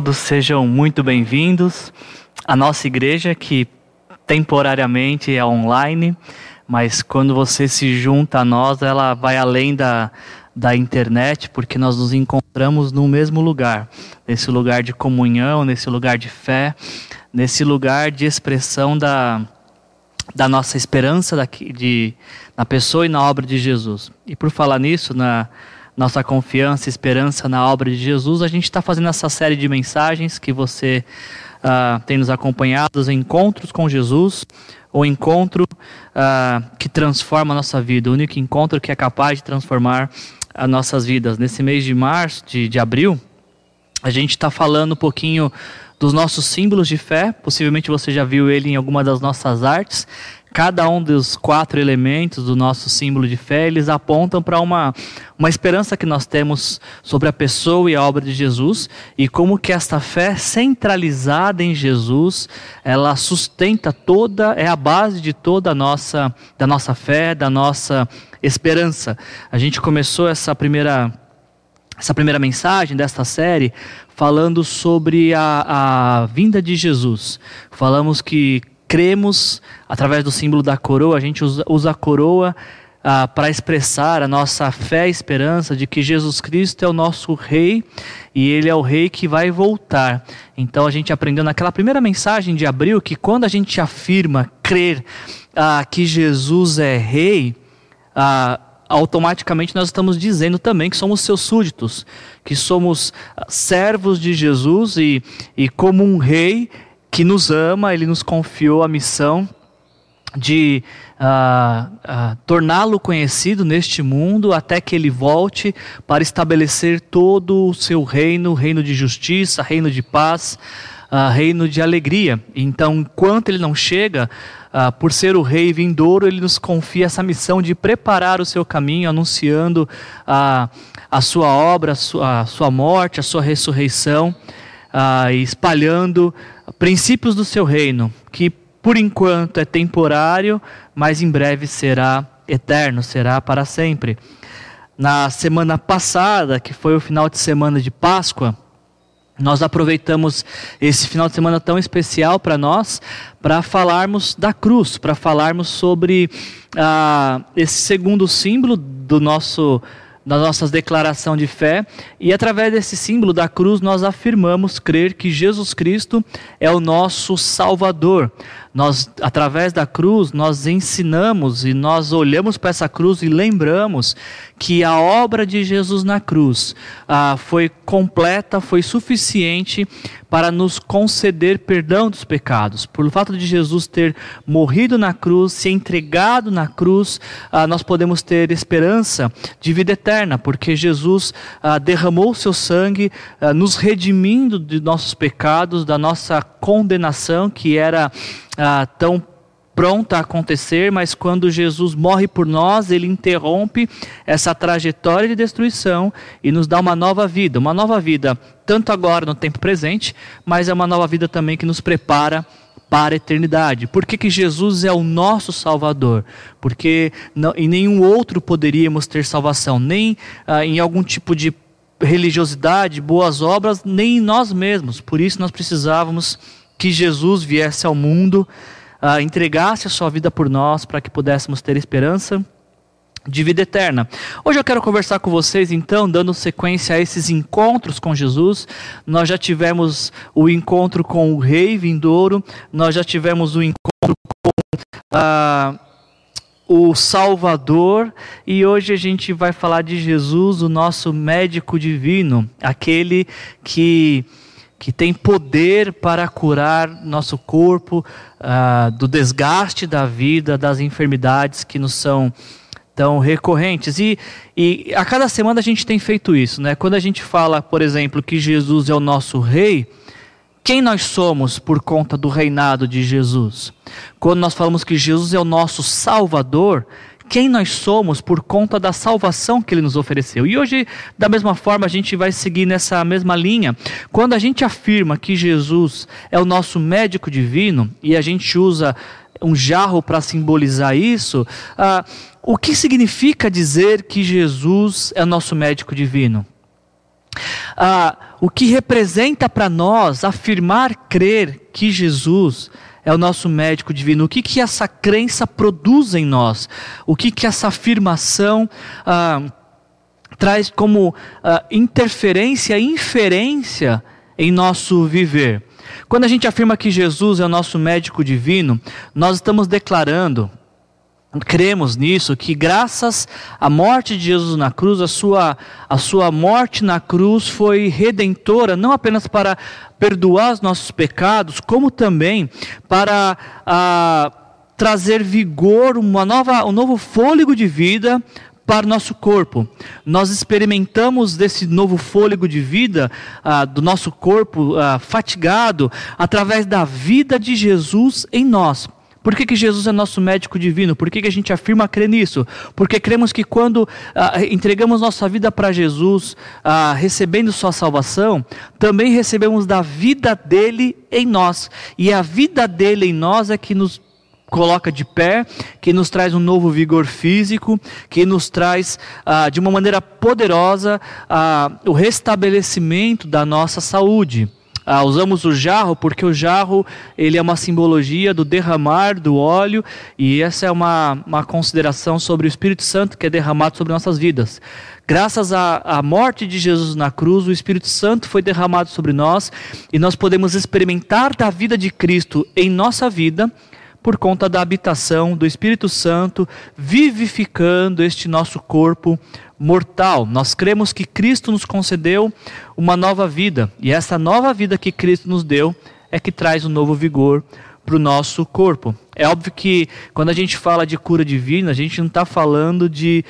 todos sejam muito bem-vindos à nossa igreja, que temporariamente é online, mas quando você se junta a nós, ela vai além da internet, porque nós nos encontramos no mesmo lugar, nesse lugar de comunhão, nesse lugar de fé, nesse lugar de expressão da nossa esperança na pessoa e na obra de Jesus. E por falar nisso, na nossa confiança e esperança na obra de Jesus, a gente está fazendo essa série de mensagens que você tem nos acompanhado, os encontros com Jesus, o encontro que transforma a nossa vida, o único encontro que é capaz de transformar as nossas vidas. Nesse mês de março, de abril, a gente está falando um pouquinho dos nossos símbolos de fé. Possivelmente você já viu ele em alguma das nossas artes. Cada um dos 4 elementos do nosso símbolo de fé, eles apontam para uma esperança que nós temos sobre a pessoa e a obra de Jesus, e como que esta fé centralizada em Jesus, ela sustenta é a base de toda da nossa fé, da nossa esperança. A gente começou essa primeira mensagem desta série falando sobre a vinda de Jesus. Falamos que cremos através do símbolo da coroa. A gente usa a coroa para expressar a nossa fé e esperança de que Jesus Cristo é o nosso Rei e Ele é o Rei que vai voltar. Então a gente aprendeu naquela primeira mensagem de abril que quando a gente afirma crer que Jesus é Rei, automaticamente nós estamos dizendo também que somos seus súditos, que somos servos de Jesus e como um Rei que nos ama, Ele nos confiou a missão de torná-lo conhecido neste mundo até que Ele volte para estabelecer todo o seu reino, reino de justiça, reino de paz, reino de alegria. Então, enquanto Ele não chega, por ser o Rei vindouro, Ele nos confia essa missão de preparar o seu caminho, anunciando a sua obra, a sua morte, a sua ressurreição, espalhando princípios do seu reino, que por enquanto é temporário, mas em breve será eterno, será para sempre. Na semana passada, que foi o final de semana de Páscoa, nós aproveitamos esse final de semana tão especial para nós, para falarmos da cruz, para falarmos sobre esse segundo símbolo da nossa declaração de fé, e através desse símbolo da cruz nós afirmamos crer que Jesus Cristo é o nosso Salvador. Nós, através da cruz, nós ensinamos e nós olhamos para essa cruz e lembramos que a obra de Jesus na cruz foi completa, foi suficiente para nos conceder perdão dos pecados. Por fato de Jesus ter morrido na cruz, se entregado na cruz, nós podemos ter esperança de vida eterna, porque Jesus derramou o seu sangue, nos redimindo de nossos pecados, da nossa condenação, que era tão pronta a acontecer, mas quando Jesus morre por nós, Ele interrompe essa trajetória de destruição e nos dá uma nova vida, tanto agora no tempo presente, mas é uma nova vida também que nos prepara para a eternidade. Por que Jesus é o nosso Salvador? Porque em nenhum outro poderíamos ter salvação, nem em algum tipo de religiosidade, boas obras, nem em nós mesmos. Por isso nós precisávamos que Jesus viesse ao mundo, entregasse a sua vida por nós, para que pudéssemos ter esperança de vida eterna. Hoje eu quero conversar com vocês, então, dando sequência a esses encontros com Jesus. Nós já tivemos o encontro com o Rei vindouro, nós já tivemos o encontro com o Salvador, e hoje a gente vai falar de Jesus, o nosso médico divino, aquele que tem poder para curar nosso corpo do desgaste da vida, das enfermidades que nos são tão recorrentes. E a cada semana a gente tem feito isso, né? Quando a gente fala, por exemplo, que Jesus é o nosso Rei, quem nós somos por conta do reinado de Jesus? Quando nós falamos que Jesus é o nosso Salvador, quem nós somos por conta da salvação que Ele nos ofereceu? E hoje, da mesma forma, a gente vai seguir nessa mesma linha. Quando a gente afirma que Jesus é o nosso médico divino, e a gente usa um jarro para simbolizar isso, o que significa dizer que Jesus é o nosso médico divino? O que representa para nós afirmar, crer que Jesus é o nosso médico divino? O que essa crença produz em nós? O que essa afirmação traz como interferência e inferência em nosso viver? Quando a gente afirma que Jesus é o nosso médico divino, nós estamos declarando, cremos nisso, que graças à morte de Jesus na cruz, a sua morte na cruz foi redentora, não apenas para perdoar os nossos pecados, como também para trazer vigor, um novo fôlego de vida para o nosso corpo. Nós experimentamos desse novo fôlego de vida do nosso corpo fatigado através da vida de Jesus em nós. Por que Jesus é nosso médico divino? Por que a gente afirma crer nisso? Porque cremos que quando entregamos nossa vida para Jesus, recebendo sua salvação, também recebemos da vida dele em nós. E a vida dele em nós é que nos coloca de pé, que nos traz um novo vigor físico, que nos traz de uma maneira poderosa o restabelecimento da nossa saúde. Usamos o jarro porque o jarro ele é uma simbologia do derramar do óleo, e essa é uma consideração sobre o Espírito Santo que é derramado sobre nossas vidas. Graças à morte de Jesus na cruz, o Espírito Santo foi derramado sobre nós, e nós podemos experimentar da vida de Cristo em nossa vida, por conta da habitação do Espírito Santo, vivificando este nosso corpo mortal. Nós cremos que Cristo nos concedeu uma nova vida, e essa nova vida que Cristo nos deu é que traz um novo vigor para o nosso corpo. É óbvio que quando a gente fala de cura divina, a gente não está falando de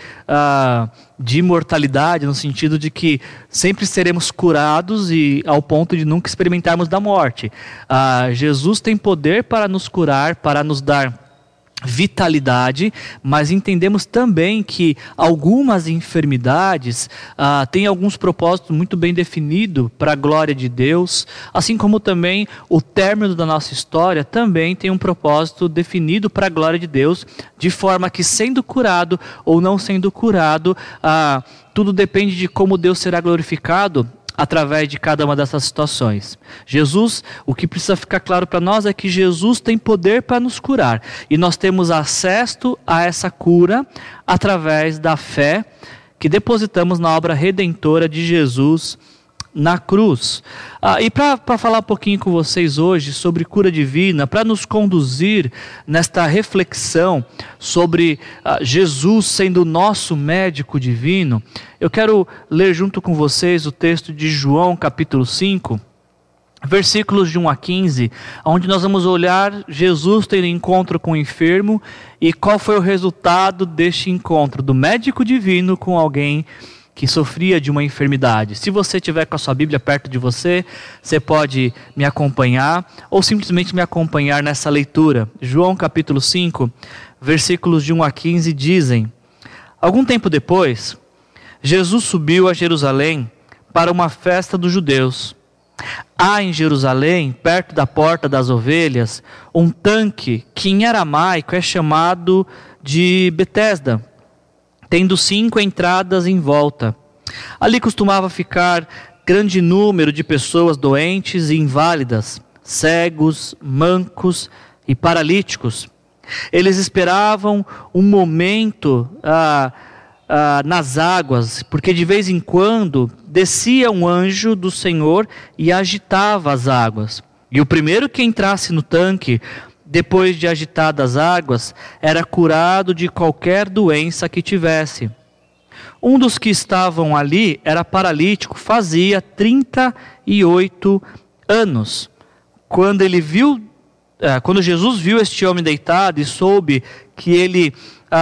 imortalidade, no sentido de que sempre seremos curados e ao ponto de nunca experimentarmos da morte. Jesus tem poder para nos curar, para nos dar vitalidade, mas entendemos também que algumas enfermidades têm alguns propósitos muito bem definidos para a glória de Deus, assim como também o término da nossa história também tem um propósito definido para a glória de Deus, de forma que, sendo curado ou não sendo curado, tudo depende de como Deus será glorificado através de cada uma dessas situações. Jesus, o que precisa ficar claro para nós é que Jesus tem poder para nos curar, e nós temos acesso a essa cura através da fé que depositamos na obra redentora de Jesus na cruz. E para falar um pouquinho com vocês hoje sobre cura divina, para nos conduzir nesta reflexão sobre Jesus sendo o nosso médico divino, eu quero ler junto com vocês o texto de João capítulo 5, versículos de 1 a 15, onde nós vamos olhar Jesus tendo encontro com o enfermo e qual foi o resultado deste encontro do médico divino com alguém que sofria de uma enfermidade. Se você tiver com a sua Bíblia perto de você, você pode me acompanhar ou simplesmente me acompanhar nessa leitura. João capítulo 5, versículos de 1 a 15 dizem: Algum tempo depois, Jesus subiu a Jerusalém para uma festa dos judeus. Há em Jerusalém, perto da porta das ovelhas, um tanque que em aramaico é chamado de Betesda, tendo 5 entradas em volta. Ali costumava ficar grande número de pessoas doentes e inválidas, cegos, mancos e paralíticos. Eles esperavam um momento nas águas, porque de vez em quando descia um anjo do Senhor e agitava as águas. E o primeiro que entrasse no tanque, depois de agitadas as águas, era curado de qualquer doença que tivesse. Um dos que estavam ali era paralítico, fazia 38 anos. Quando Jesus viu este homem deitado e soube que ele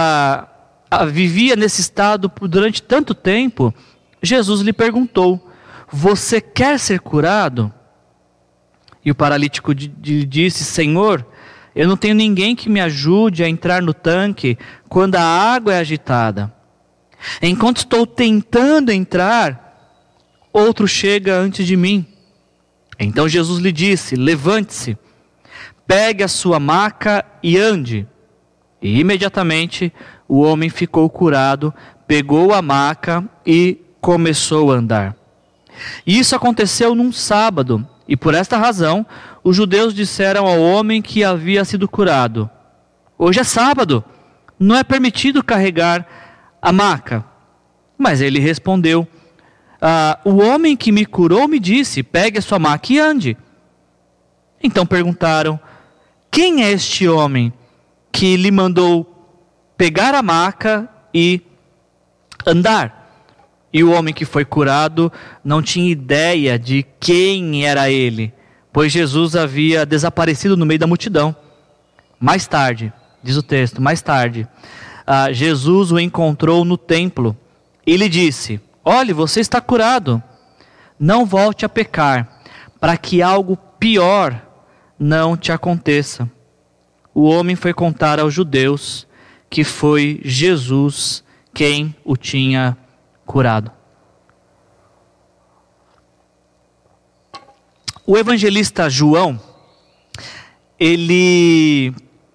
vivia nesse estado durante tanto tempo, Jesus lhe perguntou: Você quer ser curado? E o paralítico disse: Senhor, eu não tenho ninguém que me ajude a entrar no tanque quando a água é agitada. Enquanto estou tentando entrar, outro chega antes de mim. Então Jesus lhe disse: Levante-se, pegue a sua maca e ande. E imediatamente o homem ficou curado, pegou a maca e começou a andar. E isso aconteceu num sábado, e por esta razão, os judeus disseram ao homem que havia sido curado: hoje é sábado, não é permitido carregar a maca. Mas ele respondeu: o homem que me curou me disse, pegue a sua maca e ande. Então perguntaram: quem é este homem que lhe mandou pegar a maca e andar? E o homem que foi curado não tinha ideia de quem era ele, pois Jesus havia desaparecido no meio da multidão. Mais tarde, diz o texto, mais tarde, Jesus o encontrou no templo e lhe disse: olhe, você está curado, não volte a pecar, para que algo pior não te aconteça. O homem foi contar aos judeus que foi Jesus quem o tinha curado. O evangelista João, ele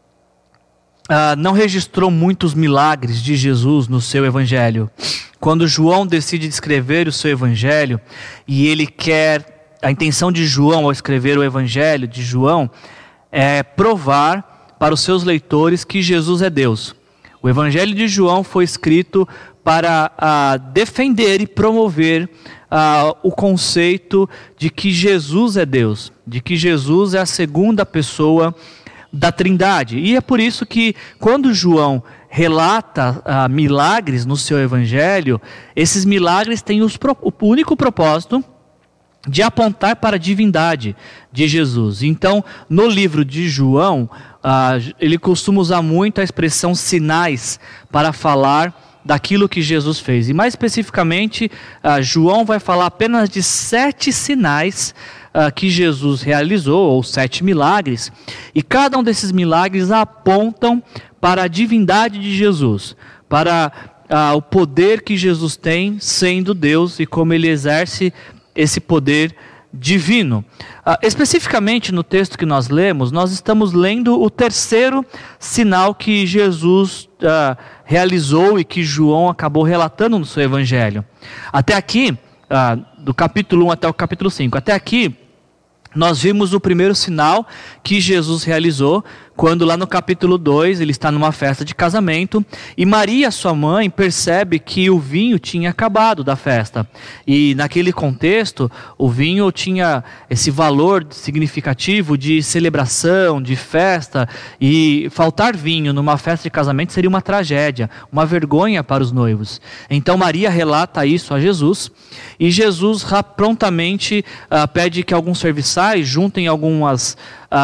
não registrou muitos milagres de Jesus no seu evangelho. Quando João decide escrever o seu evangelho, e ele quer, a intenção de João ao escrever o evangelho de João é provar para os seus leitores que Jesus é Deus. O evangelho de João foi escrito para defender e promover o conceito de que Jesus é Deus, de que Jesus é a segunda pessoa da Trindade. E é por isso que quando João relata milagres no seu evangelho, esses milagres têm o único propósito de apontar para a divindade de Jesus. Então, no livro de João, ele costuma usar muito a expressão sinais para falar daquilo que Jesus fez. E mais especificamente, João vai falar apenas de 7 sinais que Jesus realizou, ou 7 milagres. E cada um desses milagres apontam para a divindade de Jesus, para o poder que Jesus tem sendo Deus e como ele exerce esse poder divino. Especificamente no texto que nós lemos, nós estamos lendo o terceiro sinal que Jesus realizou e que João acabou relatando no seu evangelho. Até aqui, do capítulo 1 até o capítulo 5, até aqui, nós vimos o primeiro sinal que Jesus realizou, quando lá no capítulo 2, ele está numa festa de casamento, e Maria, sua mãe, percebe que o vinho tinha acabado da festa. E naquele contexto, o vinho tinha esse valor significativo de celebração, de festa, e faltar vinho numa festa de casamento seria uma tragédia, uma vergonha para os noivos. Então Maria relata isso a Jesus, e Jesus prontamente pede que alguns serviçais juntem algumas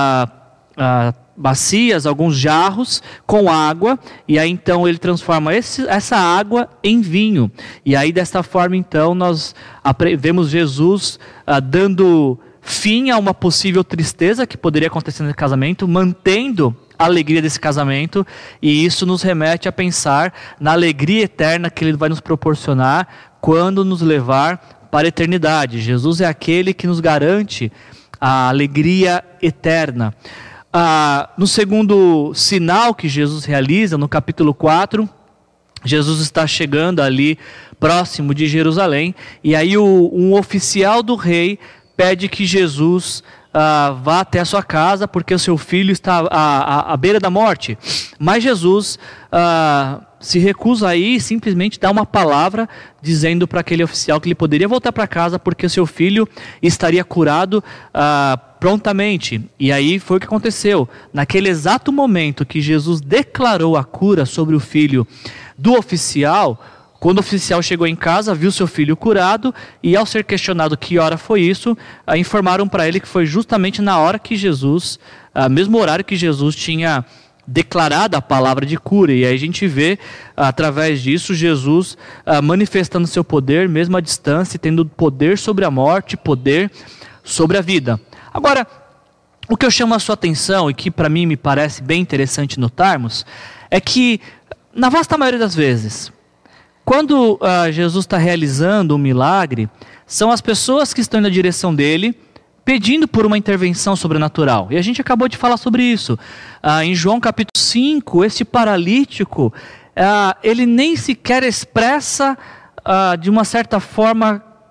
bacias, alguns jarros com água, e aí então ele transforma essa água em vinho. E aí desta forma então nós vemos Jesus dando fim a uma possível tristeza que poderia acontecer no casamento, mantendo a alegria desse casamento, e isso nos remete a pensar na alegria eterna que ele vai nos proporcionar quando nos levar para a eternidade. Jesus é aquele que nos garante a alegria eterna. No segundo sinal que Jesus realiza, no capítulo 4, Jesus está chegando ali próximo de Jerusalém, e aí um oficial do rei pede que Jesus vá até a sua casa, porque o seu filho está à beira da morte. Mas Jesus se recusa aí e simplesmente dá uma palavra dizendo para aquele oficial que ele poderia voltar para casa, porque o seu filho estaria curado prontamente. E aí foi o que aconteceu. Naquele exato momento que Jesus declarou a cura sobre o filho do oficial, quando o oficial chegou em casa, viu seu filho curado, e ao ser questionado que hora foi isso, informaram para ele que foi justamente na hora que Jesus, mesmo horário que Jesus tinha declarado a palavra de cura. E aí a gente vê, através disso, Jesus manifestando seu poder, mesmo à distância, tendo poder sobre a morte, poder sobre a vida. Agora, o que eu chamo a sua atenção, e que para mim me parece bem interessante notarmos, é que, na vasta maioria das vezes, quando Jesus está realizando um milagre, são as pessoas que estão na direção dele, pedindo por uma intervenção sobrenatural. E a gente acabou de falar sobre isso. Em João capítulo 5, esse paralítico, ele nem sequer expressa, de uma certa forma,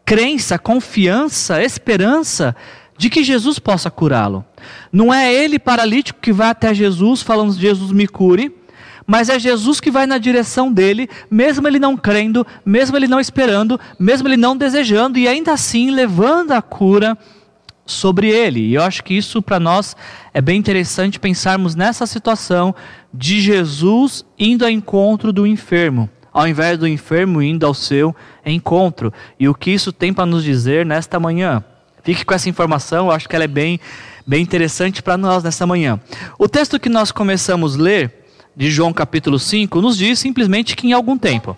crença, confiança, esperança de que Jesus possa curá-lo. Não é ele, paralítico, que vai até Jesus falando: Jesus me cure, mas é Jesus que vai na direção dele, mesmo ele não crendo, mesmo ele não esperando, mesmo ele não desejando, e ainda assim levando a cura sobre ele. E eu acho que isso para nós é bem interessante pensarmos nessa situação de Jesus indo ao encontro do enfermo, ao invés do enfermo indo ao seu encontro. E o que isso tem para nos dizer nesta manhã? Fique com essa informação, eu acho que ela é bem interessante para nós nessa manhã. O texto que nós começamos a ler, de João capítulo 5, nos diz simplesmente que em algum tempo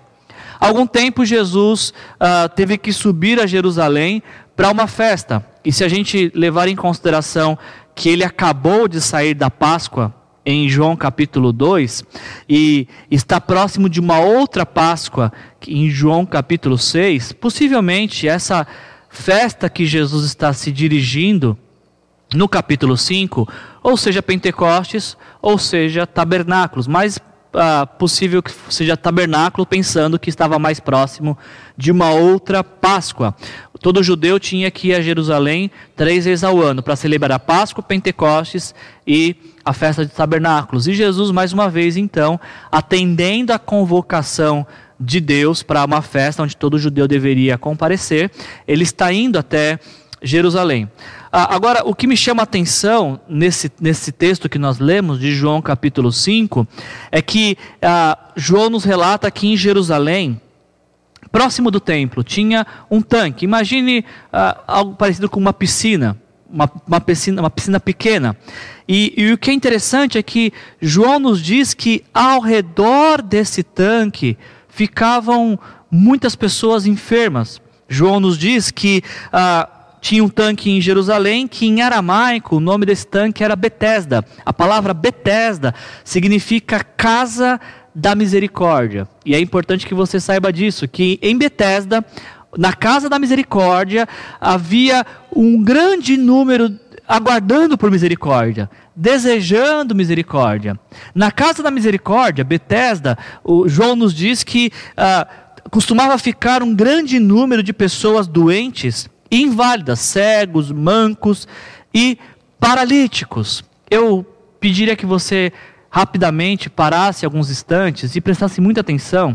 Jesus teve que subir a Jerusalém para uma festa. E se a gente levar em consideração que ele acabou de sair da Páscoa, em João capítulo 2, e está próximo de uma outra Páscoa, em João capítulo 6, possivelmente essa festa que Jesus está se dirigindo no capítulo 5, ou seja Pentecostes, ou seja tabernáculos, mas possível que seja tabernáculo, pensando que estava mais próximo de uma outra Páscoa. Todo judeu tinha que ir a Jerusalém 3 vezes ao ano para celebrar a Páscoa, Pentecostes e a festa de tabernáculos. E Jesus, mais uma vez, então, atendendo a convocação de Deus para uma festa onde todo judeu deveria comparecer, ele está indo até Jerusalém. Agora, o que me chama a atenção nesse texto que nós lemos, de João capítulo 5, é que João nos relata que em Jerusalém, próximo do templo, tinha um tanque. Imagine algo parecido com uma piscina, uma piscina pequena. E o que é interessante é que João nos diz que ao redor desse tanque ficavam muitas pessoas enfermas. João nos diz que tinha um tanque em Jerusalém, que em aramaico o nome desse tanque era Betesda. A palavra Betesda significa casa da misericórdia. E é importante que você saiba disso, que em Betesda, na casa da misericórdia, havia um grande número aguardando por misericórdia, desejando misericórdia. Na casa da misericórdia, Betesda, João nos diz que costumava ficar um grande número de pessoas doentes, inválidas, cegos, mancos e paralíticos. Eu pediria que você rapidamente parasse alguns instantes e prestasse muita atenção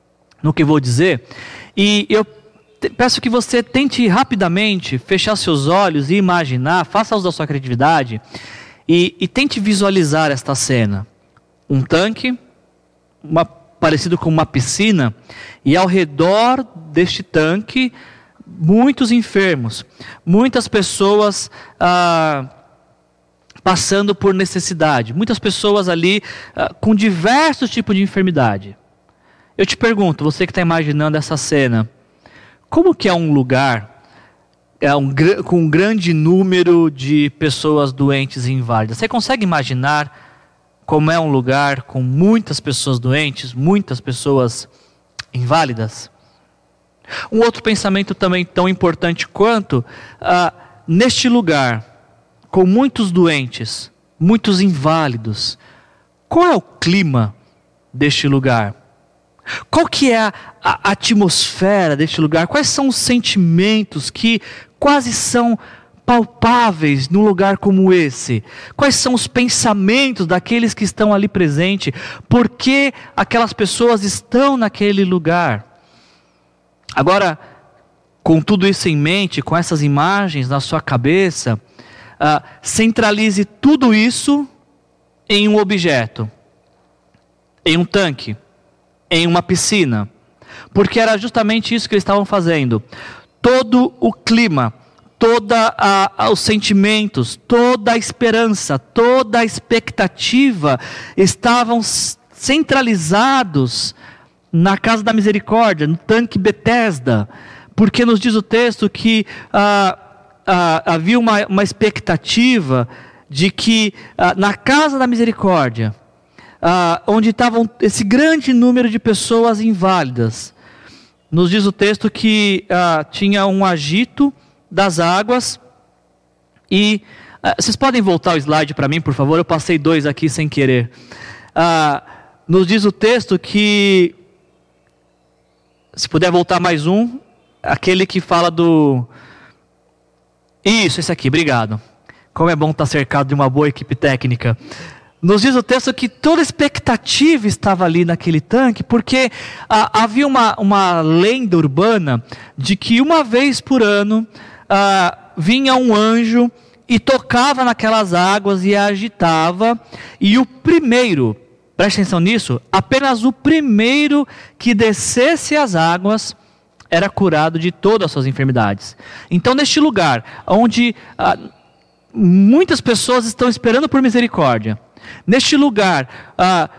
no que vou dizer. E eu peço que você tente rapidamente fechar seus olhos e imaginar, faça uso da sua criatividade e tente visualizar esta cena. Um tanque, parecido com uma piscina, e ao redor deste tanque, muitos enfermos, muitas pessoas passando por necessidade, muitas pessoas ali com diversos tipos de enfermidade. Eu te pergunto, você que está imaginando essa cena, como que é um lugar com um grande número de pessoas doentes e inválidas? Você consegue imaginar como é um lugar com muitas pessoas doentes, muitas pessoas inválidas? Um outro pensamento também tão importante quanto, neste lugar, com muitos doentes, muitos inválidos, qual é o clima deste lugar? Qual que é a atmosfera deste lugar? Quais são os sentimentos que quase são palpáveis num lugar como esse? Quais são os pensamentos daqueles que estão ali presentes? Por que aquelas pessoas estão naquele lugar? Agora, com tudo isso em mente, com essas imagens na sua cabeça, centralize tudo isso em um objeto, em um tanque, em uma piscina, porque era justamente isso que eles estavam fazendo. Todo o clima, todos os sentimentos, toda a esperança, toda a expectativa estavam centralizados na casa da misericórdia, no tanque Betesda, porque nos diz o texto que havia uma expectativa de que na casa da misericórdia, onde estavam esse grande número de pessoas inválidas, nos diz o texto que tinha um agito das águas, e vocês podem voltar o slide para mim, por favor? Eu passei 2 aqui sem querer. Nos diz o texto que, se puder voltar mais um, aquele que fala do... Isso, esse aqui, obrigado. Como é bom estar cercado de uma boa equipe técnica. Nos diz o texto que toda expectativa estava ali naquele tanque, porque havia uma lenda urbana de que uma vez por ano vinha um anjo e tocava naquelas águas e a agitava, e o primeiro, preste atenção nisso, apenas o primeiro que descesse as águas era curado de todas as suas enfermidades. Então, neste lugar, onde muitas pessoas estão esperando por misericórdia, neste lugar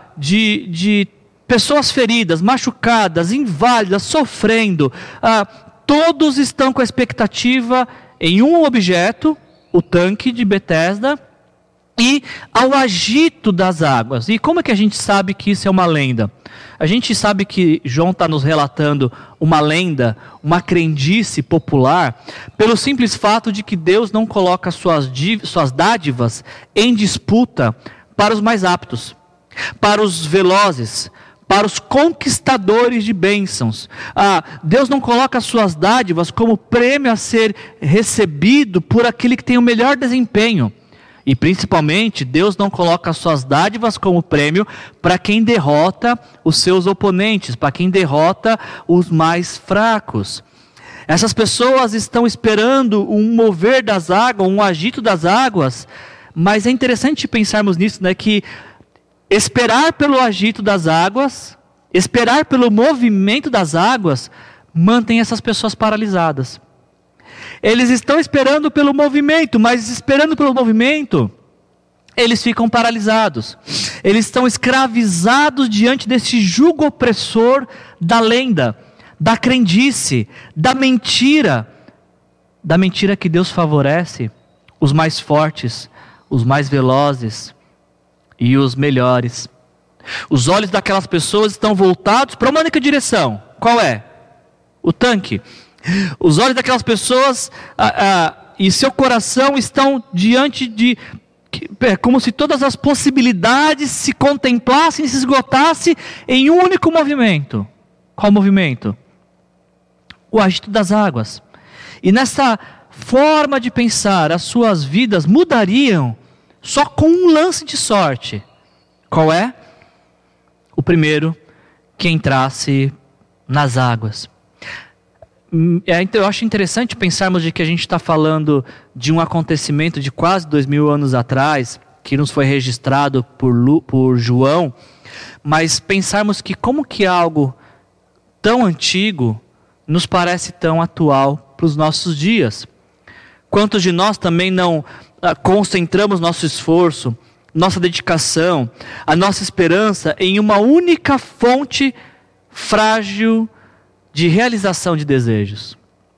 de pessoas feridas, machucadas, inválidas, sofrendo, todos estão com a expectativa em um objeto, o tanque de Betesda, e ao agito das águas. E como é que a gente sabe que isso é uma lenda? A gente sabe que João está nos relatando uma lenda, uma crendice popular, pelo simples fato de que Deus não coloca suas dádivas em disputa para os mais aptos, para os velozes, para os conquistadores de bênçãos. Deus não coloca suas dádivas como prêmio a ser recebido por aquele que tem o melhor desempenho. E principalmente, Deus não coloca suas dádivas como prêmio para quem derrota os seus oponentes, para quem derrota os mais fracos. Essas pessoas estão esperando um mover das águas, um agito das águas, mas é interessante pensarmos nisso, né, que esperar pelo agito das águas, esperar pelo movimento das águas, mantém essas pessoas paralisadas. Eles estão esperando pelo movimento, mas esperando pelo movimento, eles ficam paralisados. Eles estão escravizados diante desse jugo opressor da lenda, da crendice, da mentira que Deus favorece os mais fortes, os mais velozes e os melhores. Os olhos daquelas pessoas estão voltados para uma única direção. Qual é? O tanque. Os olhos daquelas pessoas e seu coração estão diante de... como se todas as possibilidades se contemplassem e se esgotassem em um único movimento. Qual movimento? O agito das águas. E nessa forma de pensar, as suas vidas mudariam só com um lance de sorte. Qual é? O primeiro que entrasse nas águas. Então eu acho interessante pensarmos de que a gente está falando de um acontecimento de quase 2000 anos atrás, que nos foi registrado por João, mas pensarmos que como que algo tão antigo nos parece tão atual para os nossos dias. Quantos de nós também não concentramos nosso esforço, nossa dedicação, a nossa esperança em uma única fonte frágil de realização de desejos?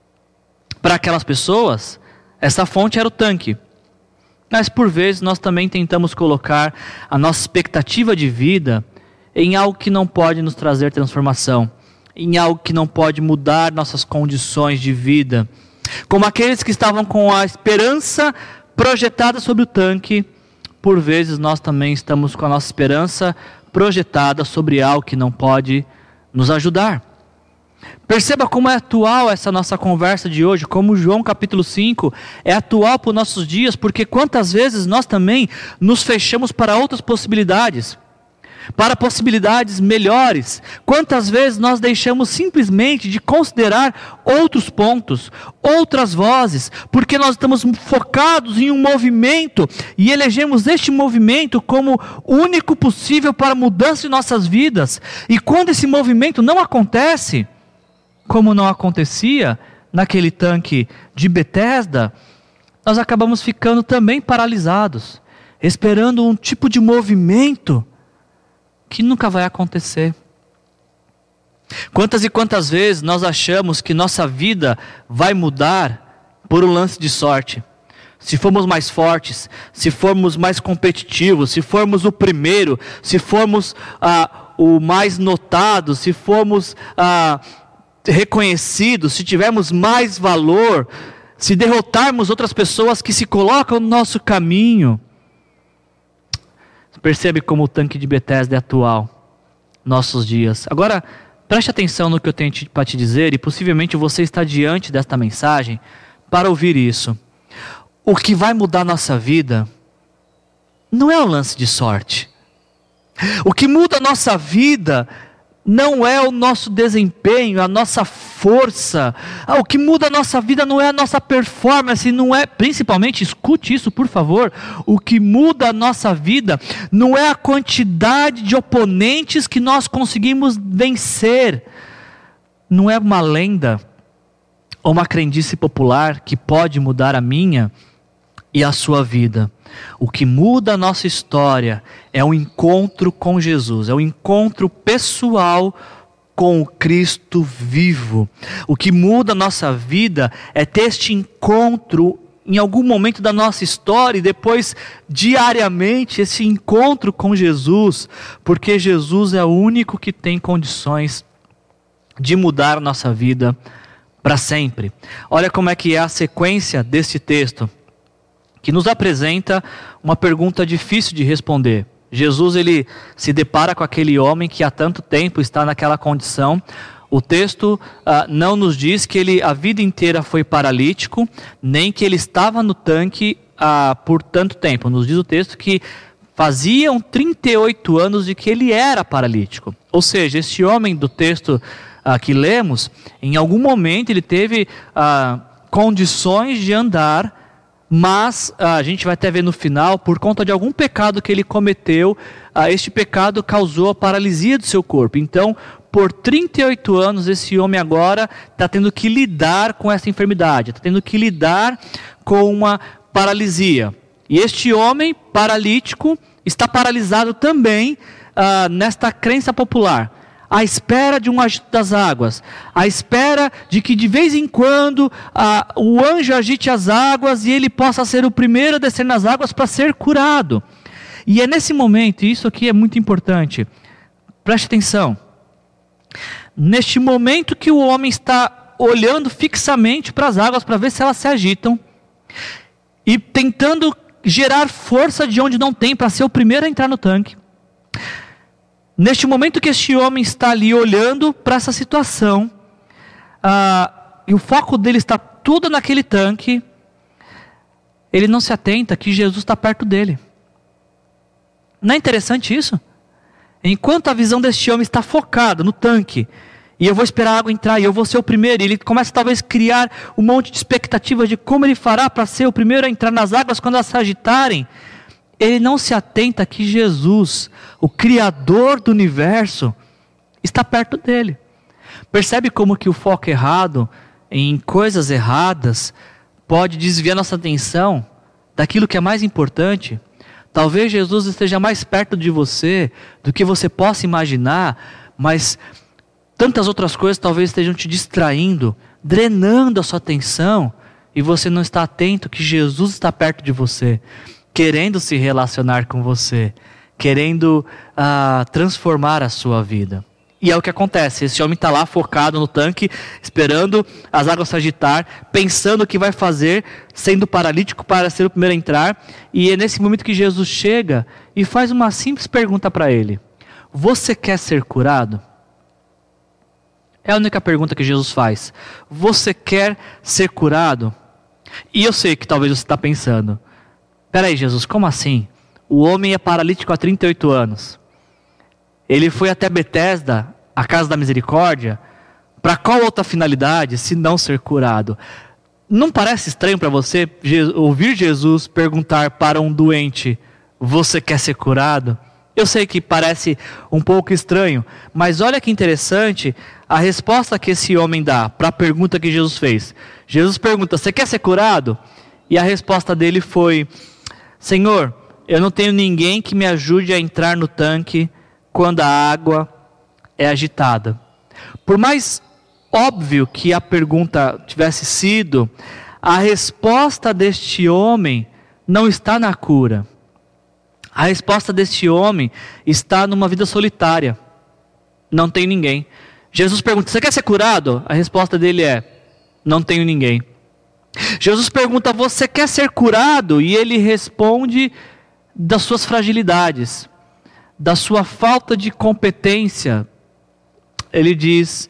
Para aquelas pessoas, essa fonte era o tanque. Mas por vezes nós também tentamos colocar a nossa expectativa de vida em algo que não pode nos trazer transformação, em algo que não pode mudar nossas condições de vida. Como aqueles que estavam com a esperança projetada sobre o tanque, por vezes nós também estamos com a nossa esperança projetada sobre algo que não pode nos ajudar. Perceba como é atual essa nossa conversa de hoje, como João capítulo 5 é atual para os nossos dias, porque quantas vezes nós também nos fechamos para outras possibilidades, para possibilidades melhores. Quantas vezes nós deixamos simplesmente de considerar outros pontos, outras vozes, porque nós estamos focados em um movimento e elegemos este movimento como único possível para a mudança de nossas vidas. E quando esse movimento não acontece, como não acontecia naquele tanque de Betesda, nós acabamos ficando também paralisados, esperando um tipo de movimento que nunca vai acontecer. Quantas e quantas vezes nós achamos que nossa vida vai mudar por um lance de sorte? Se formos mais fortes, se formos mais competitivos, se formos o primeiro, se formos o mais notado, se formos reconhecidos, se tivermos mais valor, se derrotarmos outras pessoas que se colocam no nosso caminho. Percebe como o tanque de Betesda é atual, nossos dias. Agora, Preste atenção no que eu tenho para te dizer, e possivelmente você está diante desta mensagem para ouvir isso. O que vai mudar a nossa vida não é um lance de sorte. O que muda a nossa vida não é o nosso desempenho, a nossa força. O que muda a nossa vida não é a nossa performance, não é, principalmente, escute isso por favor, o que muda a nossa vida não é a quantidade de oponentes que nós conseguimos vencer. Não é uma lenda ou uma crendice popular que pode mudar a minha e a sua vida. O que muda a nossa história é o encontro com Jesus, é o encontro pessoal com o Cristo vivo. O que muda a nossa vida é ter este encontro em algum momento da nossa história e depois diariamente esse encontro com Jesus, porque Jesus é o único que tem condições de mudar a nossa vida para sempre. Olha como é que é a sequência deste texto, que nos apresenta uma pergunta difícil de responder. Jesus, ele se depara com aquele homem que há tanto tempo está naquela condição. O texto não nos diz que ele a vida inteira foi paralítico, nem que ele estava no tanque por tanto tempo. Nos diz o texto que faziam 38 anos de que ele era paralítico. Ou seja, este homem do texto que lemos, em algum momento ele teve condições de andar, mas a gente vai até ver no final, por conta de algum pecado que ele cometeu, este pecado causou a paralisia do seu corpo. Então, por 38 anos, esse homem agora está tendo que lidar com essa enfermidade, está tendo que lidar com uma paralisia. E este homem paralítico está paralisado também nesta crença popular, à espera de um agito das águas, à espera de que de vez em quando o anjo agite as águas e ele possa ser o primeiro a descer nas águas para ser curado. E é nesse momento, e isso aqui é muito importante, preste atenção, neste momento que o homem está olhando fixamente para as águas para ver se elas se agitam e tentando gerar força de onde não tem para ser o primeiro a entrar no tanque. Neste momento que este homem está ali olhando para essa situação, e o foco dele está tudo naquele tanque, ele não se atenta que Jesus está perto dele. Não é interessante isso? Enquanto a visão deste homem está focada no tanque, e eu vou esperar a água entrar, e eu vou ser o primeiro, e ele começa talvez a criar um monte de expectativas de como ele fará para ser o primeiro a entrar nas águas quando elas se agitarem. Ele não se atenta que Jesus, o Criador do universo, está perto dele. Percebe como que o foco errado em coisas erradas pode desviar nossa atenção daquilo que é mais importante? Talvez Jesus esteja mais perto de você do que você possa imaginar, mas tantas outras coisas talvez estejam te distraindo, drenando a sua atenção, e você não está atento que Jesus está perto de você, querendo se relacionar com você, querendo transformar a sua vida. E é o que acontece, esse homem está lá focado no tanque, esperando as águas se agitar, pensando o que vai fazer, sendo paralítico para ser o primeiro a entrar, e é nesse momento que Jesus chega e faz uma simples pergunta para ele: você quer ser curado? É a única pergunta que Jesus faz. Você quer ser curado? E eu sei que talvez você está pensando: peraí, Jesus, como assim? O homem é paralítico há 38 anos. Ele foi até Betesda, a casa da misericórdia, para qual outra finalidade, se não ser curado? Não parece estranho para você ouvir Jesus perguntar para um doente: você quer ser curado? Eu sei que parece um pouco estranho, mas olha que interessante a resposta que esse homem dá para a pergunta que Jesus fez. Jesus pergunta: você quer ser curado? E a resposta dele foi: Senhor, eu não tenho ninguém que me ajude a entrar no tanque quando a água é agitada. Por mais óbvio que a pergunta tivesse sido, a resposta deste homem não está na cura. A resposta deste homem está numa vida solitária. Não tem ninguém. Jesus pergunta: você quer ser curado? A resposta dele é: não tenho ninguém. Jesus pergunta: você quer ser curado? E ele responde das suas fragilidades, da sua falta de competência, ele diz,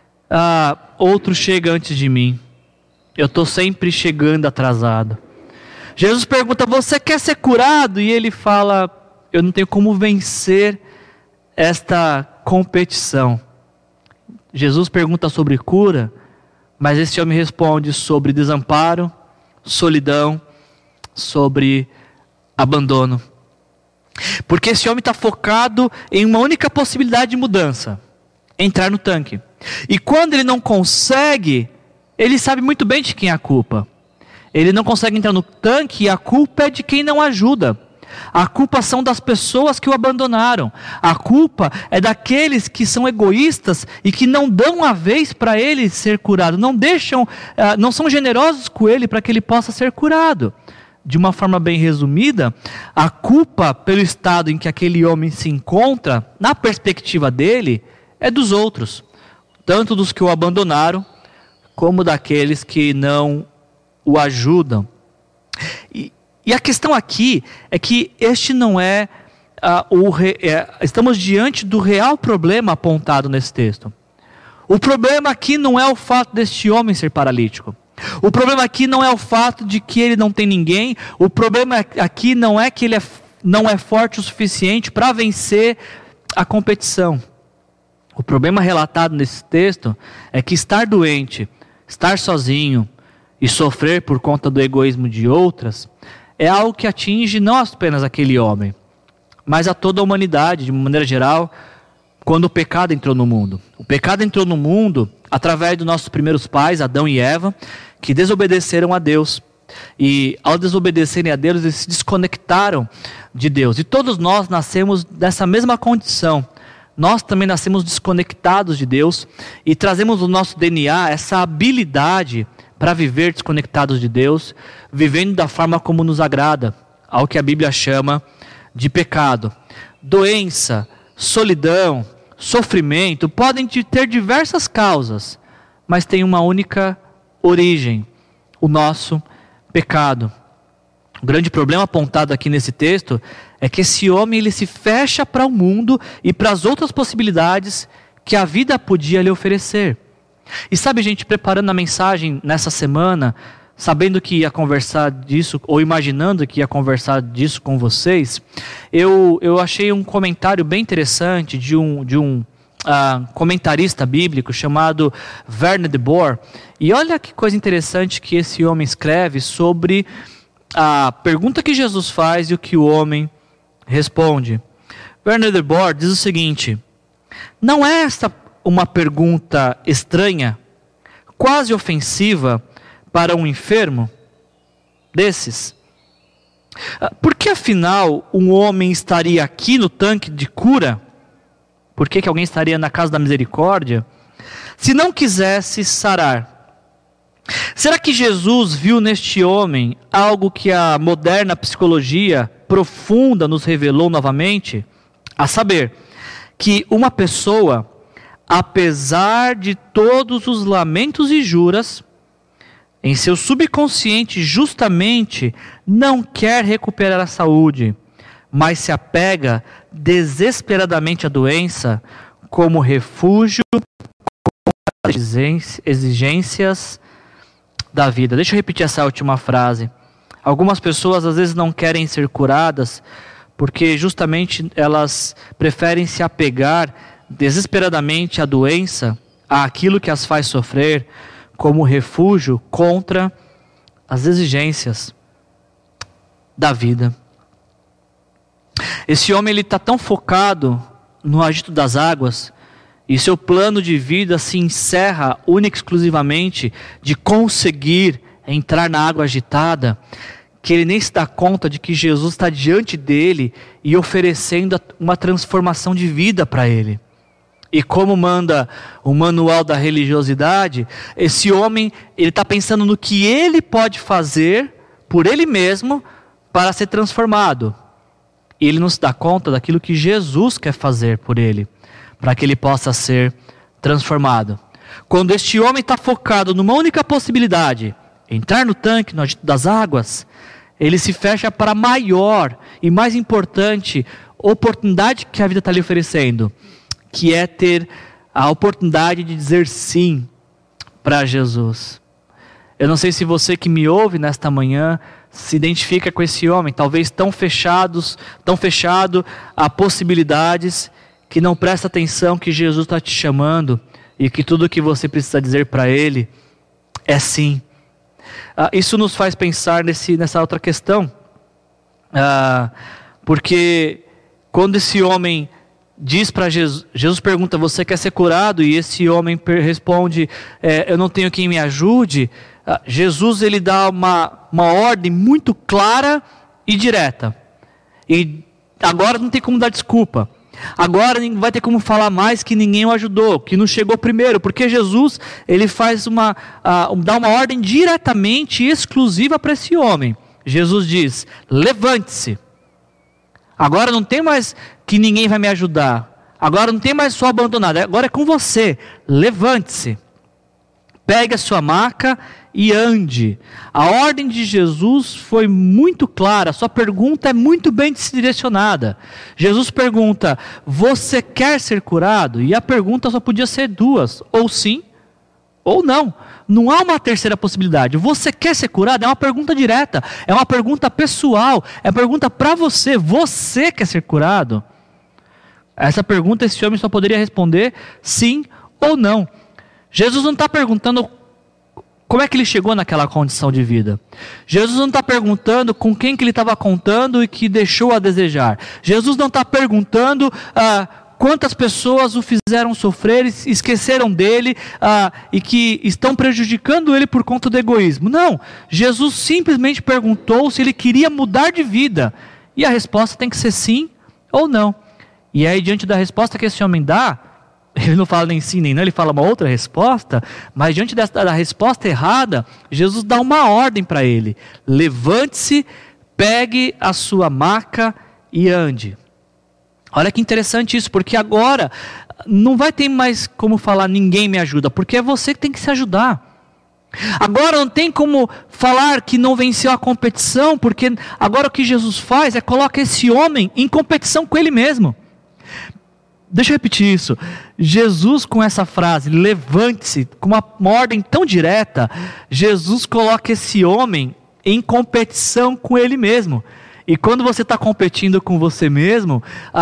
outro chega antes de mim. Eu estou sempre chegando atrasado. Jesus pergunta, você quer ser curado? E ele fala, eu não tenho como vencer esta competição. Jesus pergunta sobre cura, mas esse homem responde sobre desamparo, solidão, sobre abandono. Porque esse homem está focado em uma única possibilidade de mudança: entrar no tanque. E quando ele não consegue, ele sabe muito bem de quem é a culpa. Ele não consegue entrar no tanque e a culpa é de quem não ajuda. A culpa são das pessoas que o abandonaram. A culpa é daqueles que são egoístas e que não dão a vez para ele ser curado. Não são generosos com ele para que ele possa ser curado. De uma forma bem resumida, a culpa pelo estado em que aquele homem se encontra, na perspectiva dele, é dos outros. Tanto dos que o abandonaram, como daqueles que não o ajudam. E a questão aqui é que este não é, estamos diante do real problema apontado nesse texto. O problema aqui não é o fato deste homem ser paralítico. O problema aqui não é o fato de que ele não tem ninguém. O problema aqui não é que ele não é forte o suficiente para vencer a competição. O problema relatado nesse texto é que estar doente, estar sozinho e sofrer por conta do egoísmo de outras é algo que atinge não apenas aquele homem, mas a toda a humanidade, de uma maneira geral, quando o pecado entrou no mundo. O pecado entrou no mundo através dos nossos primeiros pais, Adão e Eva, que desobedeceram a Deus. E ao desobedecerem a Deus, eles se desconectaram de Deus. E todos nós nascemos dessa mesma condição. Nós também nascemos desconectados de Deus e trazemos no nosso DNA essa habilidade para viver desconectados de Deus, vivendo da forma como nos agrada, ao que a Bíblia chama de pecado. Doença, solidão, sofrimento podem ter diversas causas, mas tem uma única origem: o nosso pecado. O grande problema apontado aqui nesse texto é que esse homem ele se fecha para o mundo e para as outras possibilidades que a vida podia lhe oferecer. E sabe, gente, preparando a mensagem nessa semana, sabendo que ia conversar disso, ou imaginando que ia conversar disso com vocês, eu achei um comentário bem interessante de um comentarista bíblico chamado Werner de Boer. E olha que coisa interessante que esse homem escreve sobre a pergunta que Jesus faz e o que o homem responde. Werner de Boer diz o seguinte: não é esta uma pergunta estranha, quase ofensiva para um enfermo desses? Por que afinal um homem estaria aqui no tanque de cura? Por que alguém estaria na casa da misericórdia se não quisesse sarar? Será que Jesus viu neste homem algo que a moderna psicologia profunda nos revelou novamente? A saber, que uma pessoa, apesar de todos os lamentos e juras, em seu subconsciente justamente não quer recuperar a saúde, mas se apega desesperadamente à doença como refúgio contra as exigências da vida. Deixa eu repetir essa última frase. Algumas pessoas às vezes não querem ser curadas porque justamente elas preferem se apegar desesperadamente à doença, àquilo que as faz sofrer, como refúgio contra as exigências da vida. Esse homem está tão focado no agito das águas, e seu plano de vida se encerra única e exclusivamente de conseguir entrar na água agitada, que ele nem se dá conta de que Jesus está diante dele e oferecendo uma transformação de vida para ele. E como manda o manual da religiosidade, esse homem ele está pensando no que ele pode fazer por ele mesmo para ser transformado. E ele não se dá conta daquilo que Jesus quer fazer por ele, para que ele possa ser transformado. Quando este homem está focado numa única possibilidade, entrar no tanque, no agito das águas, ele se fecha para a maior e mais importante oportunidade que a vida está lhe oferecendo, que é ter a oportunidade de dizer sim para Jesus. Eu não sei se você que me ouve nesta manhã se identifica com esse homem, talvez tão fechado a possibilidades, que não presta atenção que Jesus está te chamando e que tudo o que você precisa dizer para Ele é sim. Isso nos faz pensar nessa outra questão, porque quando esse homem diz para Jesus, Jesus pergunta: você quer ser curado? E esse homem responde: eu não tenho quem me ajude. Jesus, ele dá uma ordem muito clara e direta, e agora não tem como dar desculpa, agora não vai ter como falar mais que ninguém o ajudou, que não chegou primeiro, porque Jesus, ele faz dá uma ordem diretamente exclusiva para esse homem. Jesus diz: levante-se, agora não tem mais que ninguém vai me ajudar, agora não tem mais só abandonado, agora é com você, levante-se, pegue a sua maca e ande. A ordem de Jesus foi muito clara, a sua pergunta é muito bem direcionada. Jesus pergunta: você quer ser curado? E a pergunta só podia ser duas: ou sim, ou não. Não há uma terceira possibilidade. Você quer ser curado? É uma pergunta direta, é uma pergunta pessoal, é uma pergunta para você. Você quer ser curado? Essa pergunta esse homem só poderia responder sim ou não. Jesus não está perguntando como é que ele chegou naquela condição de vida. Jesus não está perguntando com quem que ele estava contando e que deixou a desejar. Jesus não está perguntando quantas pessoas o fizeram sofrer, esqueceram dele e que estão prejudicando ele por conta do egoísmo. Não, Jesus simplesmente perguntou se ele queria mudar de vida. E a resposta tem que ser sim ou não. E aí, diante da resposta que esse homem dá, ele não fala nem sim nem não, ele fala uma outra resposta, mas diante da resposta errada, Jesus dá uma ordem para ele: levante-se, pegue a sua maca e ande. Olha que interessante isso, porque agora não vai ter mais como falar ninguém me ajuda, porque é você que tem que se ajudar. Agora não tem como falar que não venceu a competição, porque agora o que Jesus faz é colocar esse homem em competição com ele mesmo. Deixa eu repetir isso. Jesus, com essa frase, levante-se, com uma ordem tão direta, Jesus coloca esse homem em competição com ele mesmo. E quando você está competindo com você mesmo,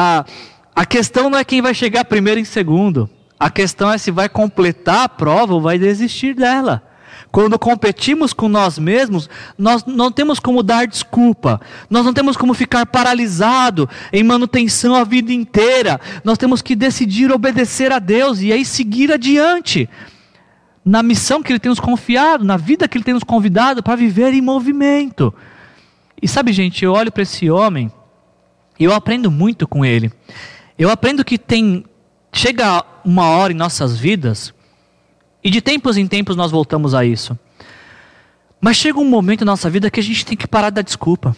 a questão não é quem vai chegar primeiro e segundo. A questão é se vai completar a prova ou vai desistir dela. Quando competimos com nós mesmos, nós não temos como dar desculpa, nós não temos como ficar paralisado em manutenção a vida inteira. Nós temos que decidir obedecer a Deus e aí seguir adiante na missão que Ele tem nos confiado, na vida que Ele tem nos convidado para viver em movimento. E sabe, gente, eu olho para esse homem e eu aprendo muito com ele. Eu aprendo que chega uma hora em nossas vidas, e de tempos em tempos nós voltamos a isso, mas chega um momento na nossa vida que a gente tem que parar de dar desculpa.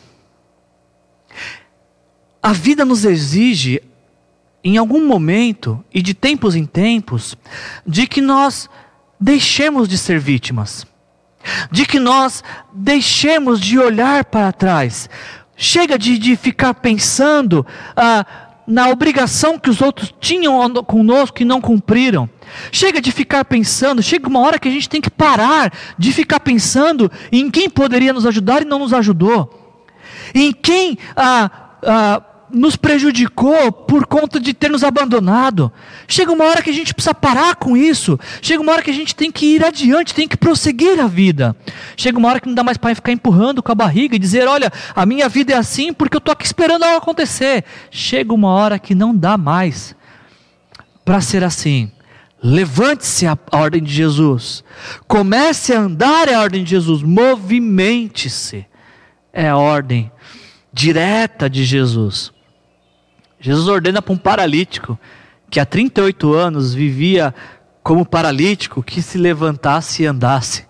A vida nos exige, em algum momento, e de tempos em tempos, de que nós deixemos de ser vítimas, de que nós deixemos de olhar para trás. Chega de ficar pensando na obrigação que os outros tinham conosco e não cumpriram. Chega de ficar pensando, chega uma hora que a gente tem que parar de ficar pensando em quem poderia nos ajudar e não nos ajudou, em quem nos prejudicou por conta de ter nos abandonado. Chega uma hora que a gente precisa parar com isso. Chega uma hora que a gente tem que ir adiante, tem que prosseguir a vida. Chega uma hora que não dá mais para ficar empurrando com a barriga e dizer: olha, a minha vida é assim porque eu estou aqui esperando algo acontecer. Chega uma hora que não dá mais para ser assim. Levante-se, a ordem de Jesus. Comece a andar, é a ordem de Jesus. Movimente-se, é a ordem direta de Jesus. Jesus ordena para um paralítico que há 38 anos vivia como paralítico, que se levantasse e andasse.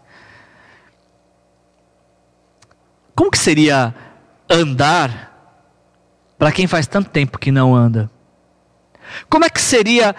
Como que seria andar para quem faz tanto tempo que não anda? Como é que seria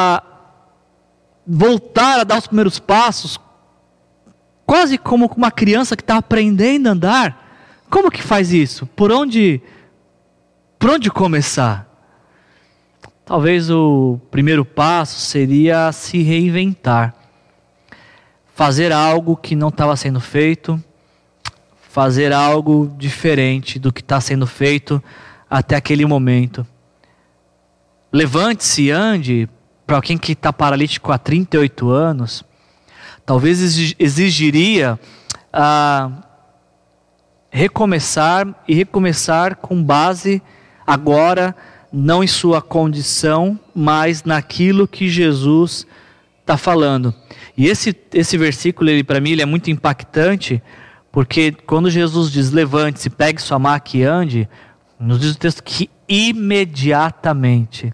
voltar a dar os primeiros passos, quase como uma criança que está aprendendo a andar? Como que faz isso? Por onde começar? talvez o primeiro passo seria se reinventar. Fazer algo que não estava sendo feito, fazer algo diferente do que está sendo feito até aquele momento. Levante-se e ande, para alguém que está paralítico há 38 anos, talvez exigiria recomeçar com base agora não em sua condição, mas naquilo que Jesus está falando. E esse versículo, para mim, ele é muito impactante, porque quando Jesus diz, levante-se, pegue sua maca e ande, nos diz o texto que imediatamente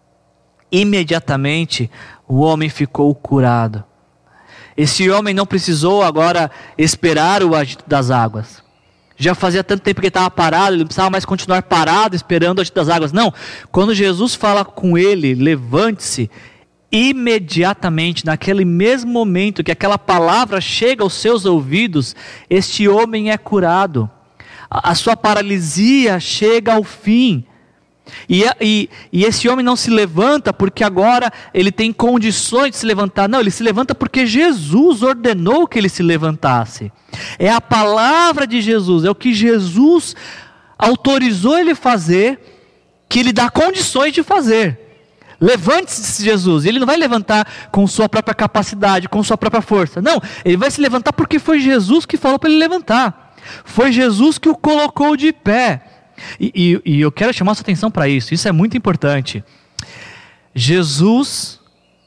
o homem ficou curado. Esse homem não precisou agora esperar o agito das águas. Já fazia tanto tempo que ele estava parado, ele não precisava mais continuar parado esperando o agito das águas. Não, quando Jesus fala com ele, levante-se, imediatamente, naquele mesmo momento que aquela palavra chega aos seus ouvidos, este homem é curado. A sua paralisia chega ao fim. E esse homem não se levanta porque agora ele tem condições de se levantar. Não, ele se levanta porque Jesus ordenou que ele se levantasse. É a palavra de Jesus, é o que Jesus autorizou ele fazer, que ele dá condições de fazer. Levante-se, Jesus. Ele não vai levantar com sua própria capacidade, com sua própria força. Não, ele vai se levantar porque foi Jesus que falou para ele levantar. Foi Jesus que o colocou de pé. E eu quero chamar sua atenção para isso. Isso é muito importante. Jesus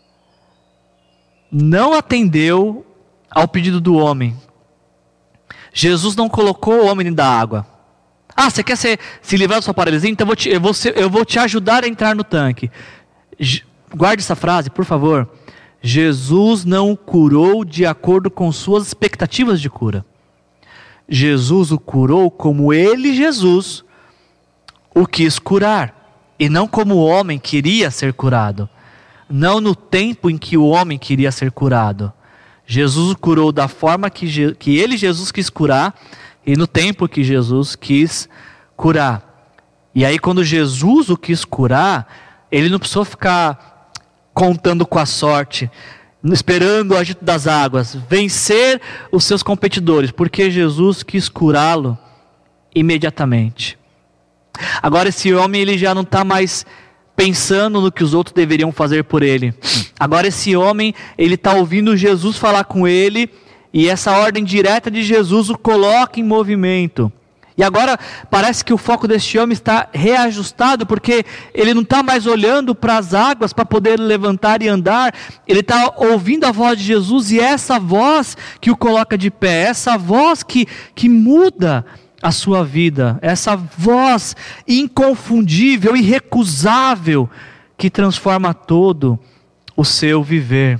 não atendeu ao pedido do homem. Jesus não colocou o homem dentro da água. Ah, você quer se livrar da sua paralisia? Então eu vou te ajudar a entrar no tanque. Guarde essa frase, por favor. Jesus não o curou de acordo com suas expectativas de cura. Jesus o curou como ele, Jesus, o quis curar. E não como o homem queria ser curado. Não no tempo em que o homem queria ser curado. Jesus o curou da forma que ele, Jesus, quis curar. E no tempo que Jesus quis curar. E aí quando Jesus o quis curar, ele não precisou ficar contando com a sorte, esperando o agito das águas, vencer os seus competidores, porque Jesus quis curá-lo imediatamente. Agora esse homem ele já não está mais pensando no que os outros deveriam fazer por ele. Agora esse homem ele está ouvindo Jesus falar com ele, e essa ordem direta de Jesus o coloca em movimento. E agora parece que o foco deste homem está reajustado, porque ele não está mais olhando para as águas para poder levantar e andar. Ele está ouvindo a voz de Jesus, e é essa voz que o coloca de pé, essa voz que muda a sua vida, essa voz inconfundível, irrecusável, que transforma todo o seu viver.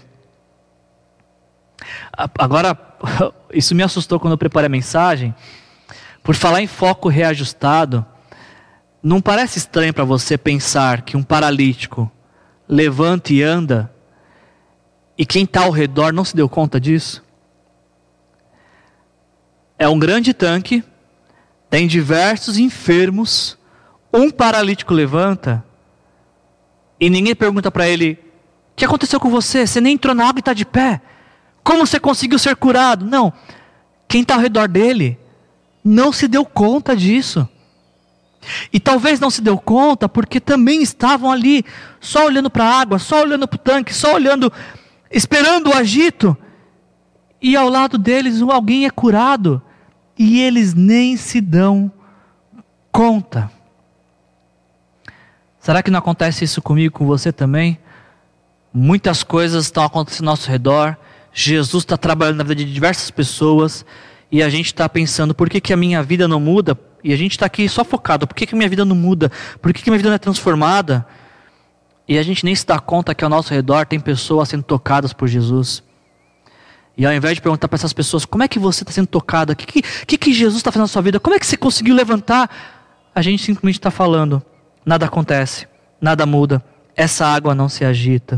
Agora, isso me assustou quando eu preparei a mensagem. Por falar em foco reajustado, não parece estranho para você pensar que um paralítico levanta e anda, e quem está ao redor não se deu conta disso? É um grande tanque, tem diversos enfermos, um paralítico levanta, e ninguém pergunta para ele, o que aconteceu com você? Você nem entrou na água e está de pé. Como você conseguiu ser curado? Não, quem está ao redor dele não se deu conta disso. E talvez não se deu conta porque também estavam ali, só olhando para a água, só olhando para o tanque, só olhando, esperando o agito. E ao lado deles alguém é curado, e eles nem se dão conta. Será que não acontece isso comigo, com você também? Muitas coisas estão acontecendo ao nosso redor, Jesus está trabalhando na vida de diversas pessoas, e a gente está pensando, por que a minha vida não muda? E a gente está aqui só focado, por que a minha vida não muda? Por que a minha vida não é transformada? E a gente nem se dá conta que ao nosso redor tem pessoas sendo tocadas por Jesus. E ao invés de perguntar para essas pessoas, como é que você está sendo tocado? O que Jesus está fazendo na sua vida? Como é que você conseguiu levantar? A gente simplesmente está falando, nada acontece, nada muda, essa água não se agita.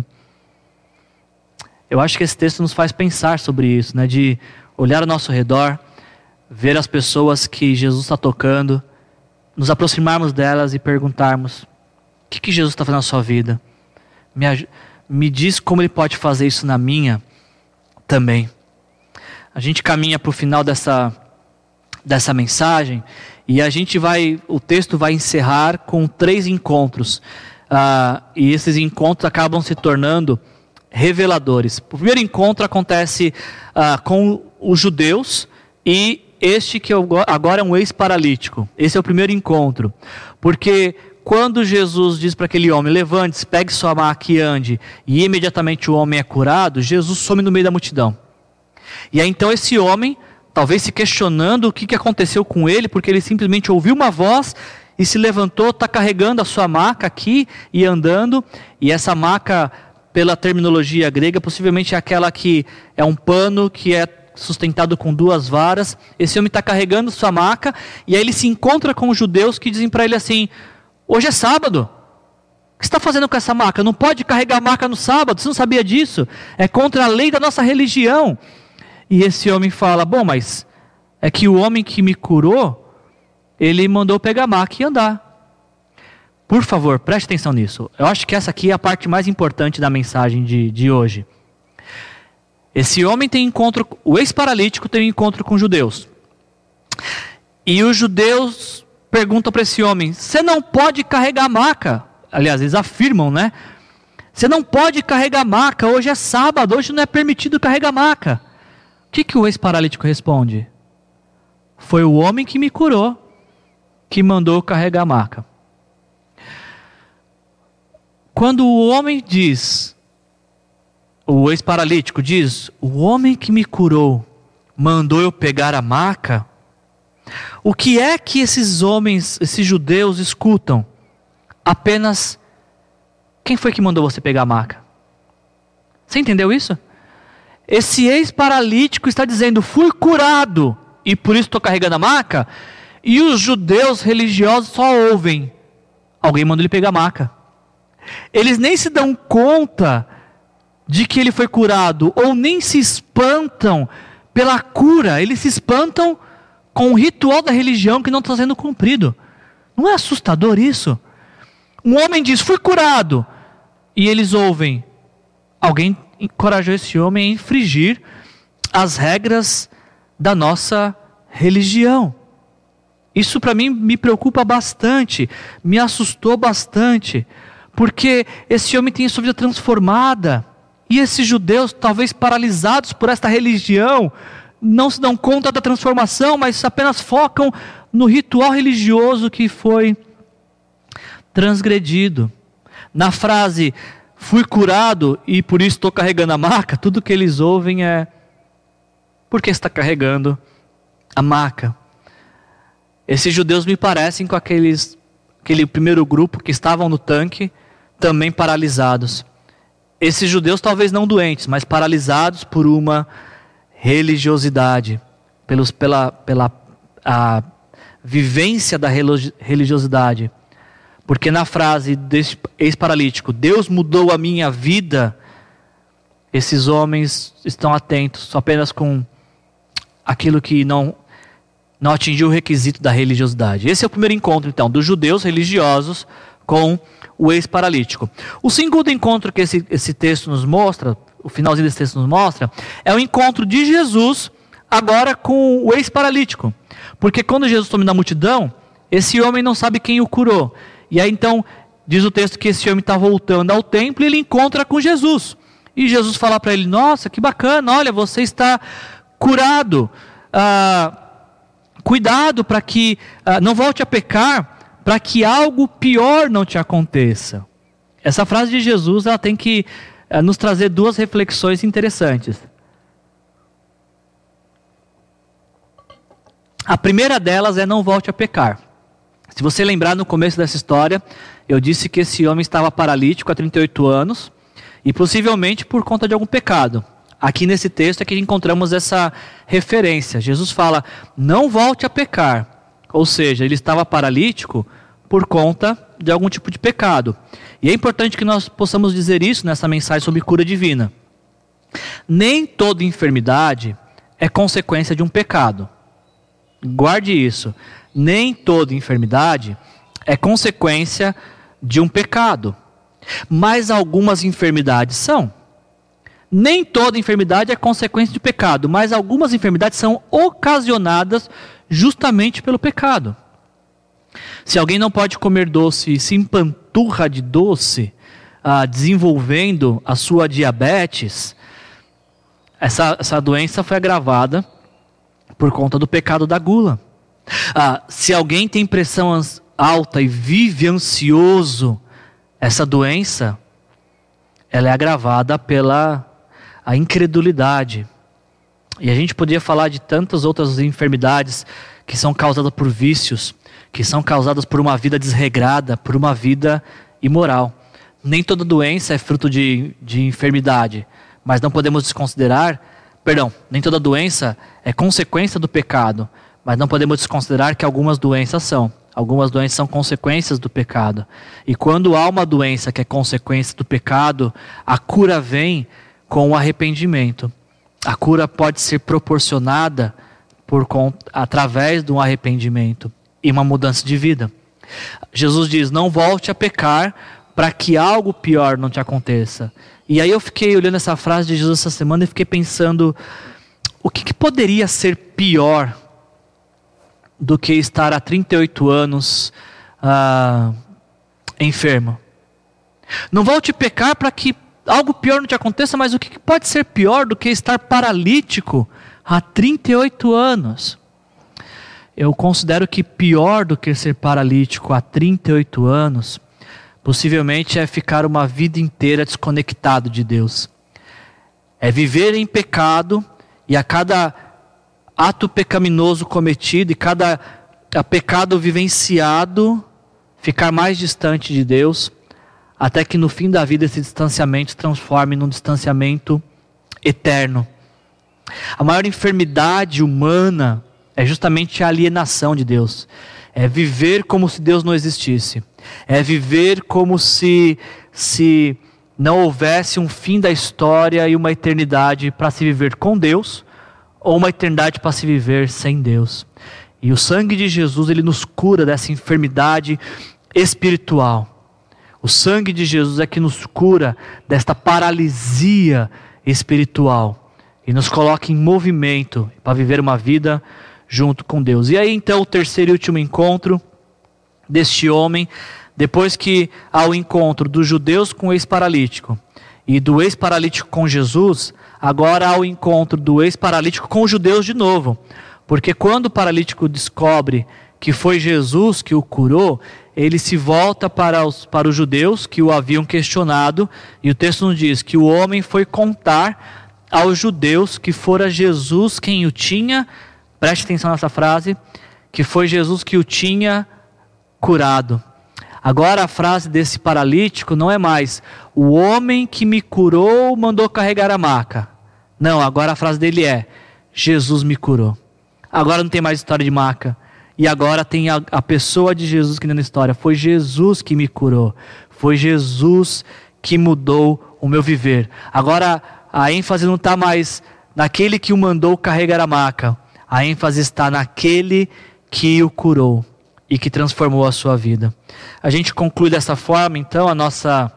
Eu acho que esse texto nos faz pensar sobre isso, né? De olhar ao nosso redor, ver as pessoas que Jesus está tocando, nos aproximarmos delas e perguntarmos, O que Jesus está fazendo na sua vida? Me diz como Ele pode fazer isso na minha também. A gente caminha para o final dessa mensagem e o texto vai encerrar com 3 encontros. E esses encontros acabam se tornando reveladores. O primeiro encontro acontece com os judeus e este que agora é um ex-paralítico. Esse é o primeiro encontro. Porque quando Jesus diz para aquele homem, levante-se, pegue sua maca e ande, e imediatamente o homem é curado, Jesus some no meio da multidão. E aí então esse homem, talvez se questionando o que aconteceu com ele, porque ele simplesmente ouviu uma voz e se levantou, está carregando a sua maca aqui e andando. E essa maca, pela terminologia grega, possivelmente é aquela que é um pano que é sustentado com 2 varas. Esse homem está carregando sua maca e aí ele se encontra com os judeus que dizem para ele assim: hoje é sábado, o que você está fazendo com essa maca? Não pode carregar a maca no sábado, você não sabia disso? É contra a lei da nossa religião. E esse homem fala: bom, mas é que o homem que me curou, ele mandou pegar a maca e andar. Por favor, preste atenção nisso. Eu acho que essa aqui é a parte mais importante da mensagem de hoje. Esse homem tem encontro, o ex-paralítico tem um encontro com os judeus. E os judeus perguntam para esse homem: você não pode carregar a maca. Aliás, eles afirmam, né? Você não pode carregar a maca, hoje é sábado, hoje não é permitido carregar a maca. O que o ex-paralítico responde? Foi o homem que me curou que mandou carregar a maca. Quando o homem diz, o ex-paralítico diz, o homem que me curou mandou eu pegar a maca, o que é que esses homens, esses judeus escutam? Apenas: quem foi que mandou você pegar a maca? Você entendeu isso? Esse ex-paralítico está dizendo: fui curado e por isso estou carregando a maca. E os judeus religiosos só ouvem: alguém mandou ele pegar a maca. Eles nem se dão conta de que ele foi curado, ou nem se espantam pela cura. Eles se espantam com o ritual da religião que não está sendo cumprido. Não é assustador isso? Um homem diz: fui curado. E eles ouvem: alguém encorajou esse homem a infringir as regras da nossa religião. Isso para mim me preocupa bastante, me assustou bastante, porque esse homem tem a sua vida transformada, e esses judeus, talvez paralisados por esta religião, não se dão conta da transformação, mas apenas focam no ritual religioso que foi transgredido. Na frase: fui curado e por isso estou carregando a maca, tudo que eles ouvem é: por que está carregando a maca? Esses judeus me parecem com aquele primeiro grupo que estavam no tanque, também paralisados. Esses judeus talvez não doentes, mas paralisados por uma religiosidade, pela vivência da religiosidade. Porque na frase desse ex-paralítico: Deus mudou a minha vida, esses homens estão atentos apenas com aquilo que não atingiu o requisito da religiosidade. Esse é o primeiro encontro, então, dos judeus religiosos com o ex-paralítico. O segundo encontro que esse texto nos mostra, o finalzinho desse texto nos mostra, é o encontro de Jesus agora com o ex-paralítico. Porque quando Jesus some na multidão, esse homem não sabe quem o curou. E aí então, diz o texto que esse homem está voltando ao templo e ele encontra com Jesus. E Jesus fala para ele: nossa, que bacana, olha, você está curado. Cuidado para que não volte a pecar, para que algo pior não te aconteça. Essa frase de Jesus, ela tem que nos trazer 2 reflexões interessantes. A primeira delas é: não volte a pecar. Se você lembrar, no começo dessa história, eu disse que esse homem estava paralítico há 38 anos, e possivelmente por conta de algum pecado. Aqui nesse texto é que encontramos essa referência. Jesus fala: não volte a pecar. Ou seja, ele estava paralítico por conta de algum tipo de pecado. E é importante que nós possamos dizer isso nessa mensagem sobre cura divina. Nem toda enfermidade é consequência de um pecado. Guarde isso. Nem toda enfermidade é consequência de um pecado, mas algumas enfermidades são. Nem toda enfermidade é consequência de pecado, mas algumas enfermidades são ocasionadas justamente pelo pecado. Se alguém não pode comer doce e se empanturra de doce, desenvolvendo a sua diabetes, essa doença foi agravada por conta do pecado da gula. Se alguém tem pressão alta e vive ansioso, essa doença ela é agravada pela a incredulidade. E a gente poderia falar de tantas outras enfermidades que são causadas por vícios, que são causadas por uma vida desregrada, por uma vida imoral. Nem toda doença é fruto de enfermidade, mas não podemos desconsiderar, nem toda doença é consequência do pecado, mas não podemos desconsiderar que algumas doenças são. Algumas doenças são consequências do pecado. E quando há uma doença que é consequência do pecado, a cura vem com o arrependimento. A cura pode ser proporcionada através de um arrependimento e uma mudança de vida. Jesus diz, não volte a pecar para que algo pior não te aconteça. E aí eu fiquei olhando essa frase de Jesus essa semana e fiquei pensando, o que poderia ser pior do que estar há 38 anos enfermo? Não volte a pecar para que algo pior não te aconteça, mas o que pode ser pior do que estar paralítico há 38 anos? Eu considero que pior do que ser paralítico há 38 anos, possivelmente é ficar uma vida inteira desconectado de Deus. É viver em pecado e a cada ato pecaminoso cometido e cada pecado vivenciado, ficar mais distante de Deus, até que no fim da vida esse distanciamento se transforme num distanciamento eterno. A maior enfermidade humana é justamente a alienação de Deus. É viver como se Deus não existisse. É viver como se não houvesse um fim da história e uma eternidade para se viver com Deus, ou uma eternidade para se viver sem Deus. E o sangue de Jesus, ele nos cura dessa enfermidade espiritual. O sangue de Jesus é que nos cura desta paralisia espiritual e nos coloca em movimento para viver uma vida junto com Deus. E aí então o terceiro e último encontro deste homem, depois que há o encontro dos judeus com o ex-paralítico e do ex-paralítico com Jesus, agora há o encontro do ex-paralítico com os judeus de novo. Porque quando o paralítico descobre que foi Jesus que o curou, ele se volta para os judeus que o haviam questionado, e o texto nos diz que o homem foi contar aos judeus que fora Jesus quem o tinha, preste atenção nessa frase, que foi Jesus que o tinha curado. Agora a frase desse paralítico não é mais, o homem que me curou mandou carregar a maca. Não, agora a frase dele é, Jesus me curou. Agora não tem mais história de maca. E agora tem a pessoa de Jesus que na história. Foi Jesus que me curou. Foi Jesus que mudou o meu viver. Agora a ênfase não está mais naquele que o mandou carregar a maca. A ênfase está naquele que o curou e que transformou a sua vida. A gente conclui dessa forma então a nossa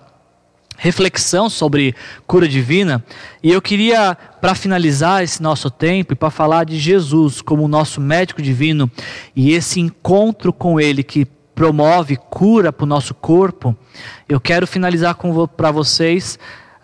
reflexão sobre cura divina, e eu queria, para finalizar esse nosso tempo e para falar de Jesus como nosso médico divino e esse encontro com Ele que promove cura para o nosso corpo, eu quero finalizar para vocês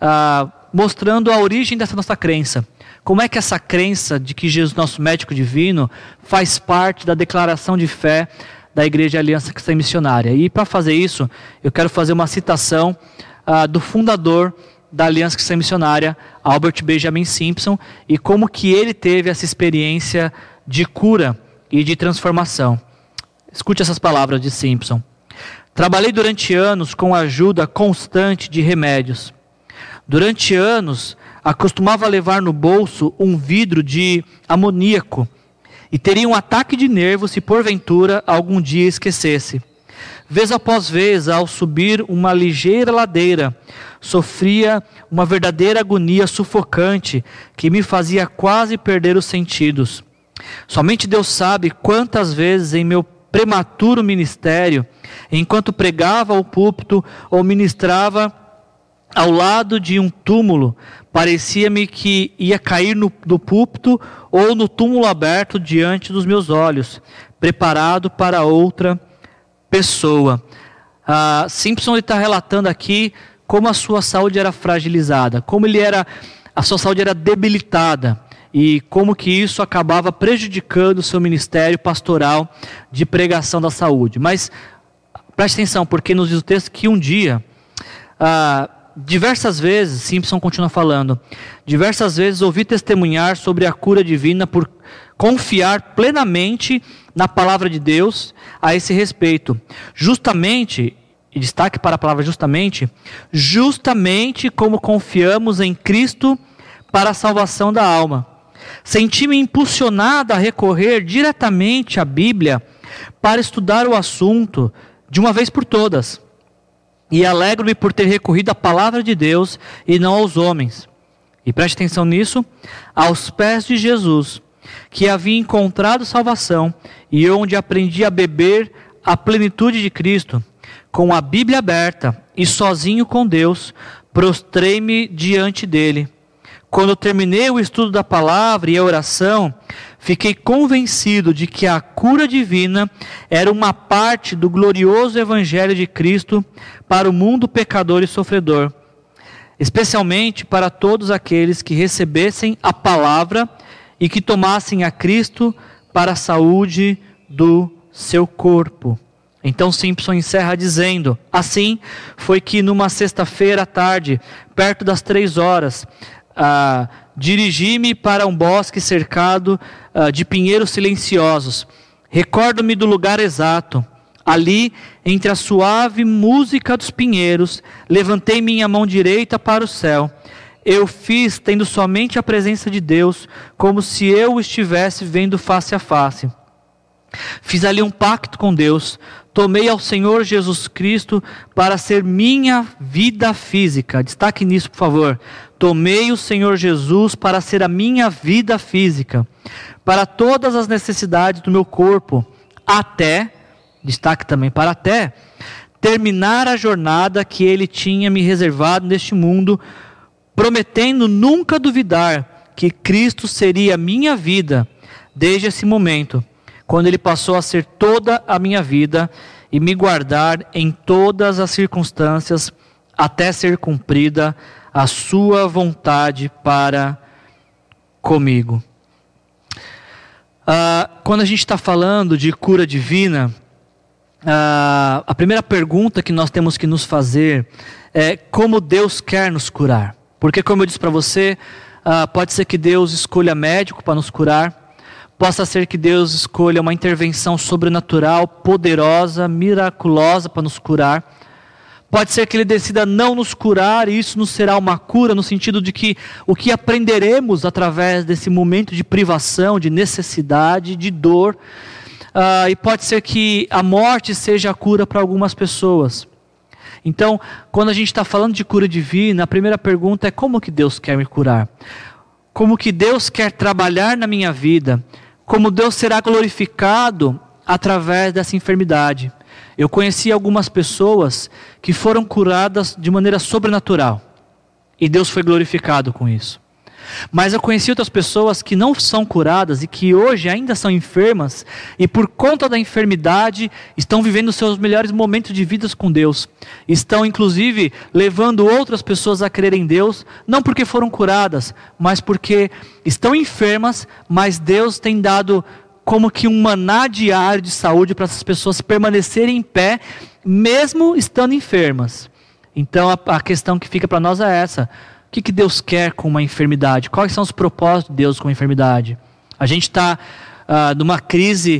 mostrando a origem dessa nossa crença. Como é que essa crença de que Jesus, nosso médico divino, faz parte da declaração de fé da Igreja Aliança Cristã Missionária. E para fazer isso, eu quero fazer uma citação do fundador da Aliança Cristã Missionária, Albert Benjamin Simpson, e como que ele teve essa experiência de cura e de transformação. Escute essas palavras de Simpson. Trabalhei durante anos com a ajuda constante de remédios. Durante anos, acostumava levar no bolso um vidro de amoníaco e teria um ataque de nervos se porventura algum dia esquecesse. Vez após vez, ao subir uma ligeira ladeira, sofria uma verdadeira agonia sufocante que me fazia quase perder os sentidos. Somente Deus sabe quantas vezes em meu prematuro ministério, enquanto pregava ao púlpito ou ministrava ao lado de um túmulo, parecia-me que ia cair do púlpito ou no túmulo aberto diante dos meus olhos, preparado para outra pessoa. Simpson está relatando aqui como a sua saúde era fragilizada, como a sua saúde era debilitada e como que isso acabava prejudicando o seu ministério pastoral de pregação da saúde. Mas preste atenção, porque nos diz o texto que um dia, diversas vezes, Simpson continua falando, diversas vezes ouvi testemunhar sobre a cura divina por confiar plenamente na palavra de Deus a esse respeito. Justamente, e destaque para a palavra justamente como confiamos em Cristo para a salvação da alma. Senti-me impulsionado a recorrer diretamente à Bíblia para estudar o assunto de uma vez por todas. E alegro-me por ter recorrido à palavra de Deus e não aos homens. E preste atenção nisso, aos pés de Jesus, que havia encontrado salvação e onde aprendi a beber a plenitude de Cristo. Com a Bíblia aberta e sozinho com Deus, prostrei-me diante dele. Quando terminei o estudo da palavra e a oração, fiquei convencido de que a cura divina era uma parte do glorioso Evangelho de Cristo para o mundo pecador e sofredor, especialmente para todos aqueles que recebessem a palavra e que tomassem a Cristo para a saúde do seu corpo. Então Simpson encerra dizendo: assim foi que numa sexta-feira à tarde, perto das 3h, dirigi-me para um bosque cercado de pinheiros silenciosos. Recordo-me do lugar exato. Ali, entre a suave música dos pinheiros, levantei minha mão direita para o céu. Eu fiz tendo somente a presença de Deus, como se eu o estivesse vendo face a face. Fiz ali um pacto com Deus. Tomei ao Senhor Jesus Cristo para ser minha vida física. Destaque nisso, por favor. Tomei o Senhor Jesus para ser a minha vida física, para todas as necessidades do meu corpo, até, destaque também para até, terminar a jornada que Ele tinha me reservado neste mundo, prometendo nunca duvidar que Cristo seria a minha vida desde esse momento, quando Ele passou a ser toda a minha vida e me guardar em todas as circunstâncias até ser cumprida a sua vontade para comigo. Quando a gente está falando de cura divina, a primeira pergunta que nós temos que nos fazer é como Deus quer nos curar. Porque, como eu disse para você, pode ser que Deus escolha médico para nos curar, possa ser que Deus escolha uma intervenção sobrenatural, poderosa, miraculosa para nos curar. Pode ser que Ele decida não nos curar e isso nos será uma cura no sentido de que o que aprenderemos através desse momento de privação, de necessidade, de dor, e pode ser que a morte seja a cura para algumas pessoas. Então, quando a gente está falando de cura divina, a primeira pergunta é como que Deus quer me curar? Como que Deus quer trabalhar na minha vida? Como Deus será glorificado através dessa enfermidade? Eu conheci algumas pessoas que foram curadas de maneira sobrenatural. E Deus foi glorificado com isso. Mas eu conheci outras pessoas que não são curadas e que hoje ainda são enfermas e por conta da enfermidade estão vivendo os seus melhores momentos de vida com Deus. Estão inclusive levando outras pessoas a crer em Deus, não porque foram curadas, mas porque estão enfermas, mas Deus tem dado como que um maná diário de saúde para essas pessoas permanecerem em pé, mesmo estando enfermas. Então a questão que fica para nós é essa: o que Deus quer com uma enfermidade? Quais são os propósitos de Deus com a enfermidade? A gente está numa crise,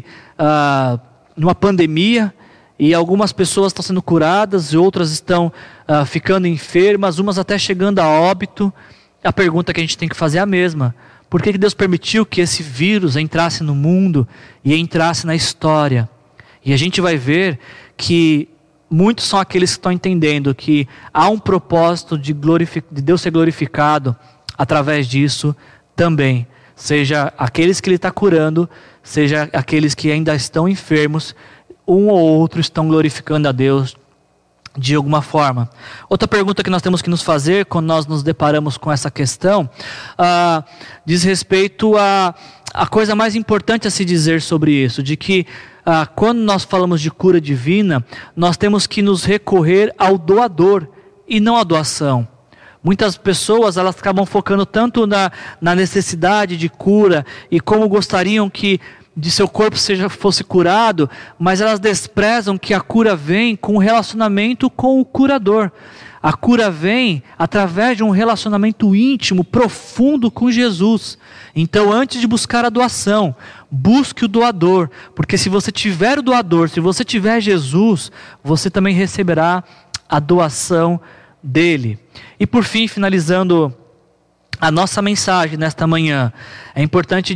numa pandemia, e algumas pessoas estão sendo curadas, e outras estão ficando enfermas, umas até chegando a óbito. A pergunta que a gente tem que fazer é a mesma: por que Deus permitiu que esse vírus entrasse no mundo e entrasse na história? E a gente vai ver que muitos são aqueles que estão entendendo que há um propósito de Deus ser glorificado através disso também. Seja aqueles que Ele está curando, seja aqueles que ainda estão enfermos, um ou outro estão glorificando a Deus de alguma forma. Outra pergunta que nós temos que nos fazer quando nós nos deparamos com essa questão diz respeito a coisa mais importante a se dizer sobre isso, de que quando nós falamos de cura divina, nós temos que nos recorrer ao doador e não à doação. Muitas pessoas elas acabam focando tanto na necessidade de cura e como gostariam que de seu corpo fosse curado, mas elas desprezam que a cura vem com um relacionamento com o curador. A cura vem através de um relacionamento íntimo, profundo com Jesus. Então, antes de buscar a doação, busque o doador, porque se você tiver o doador, se você tiver Jesus, você também receberá a doação dele. E por fim, finalizando a nossa mensagem nesta manhã, é importante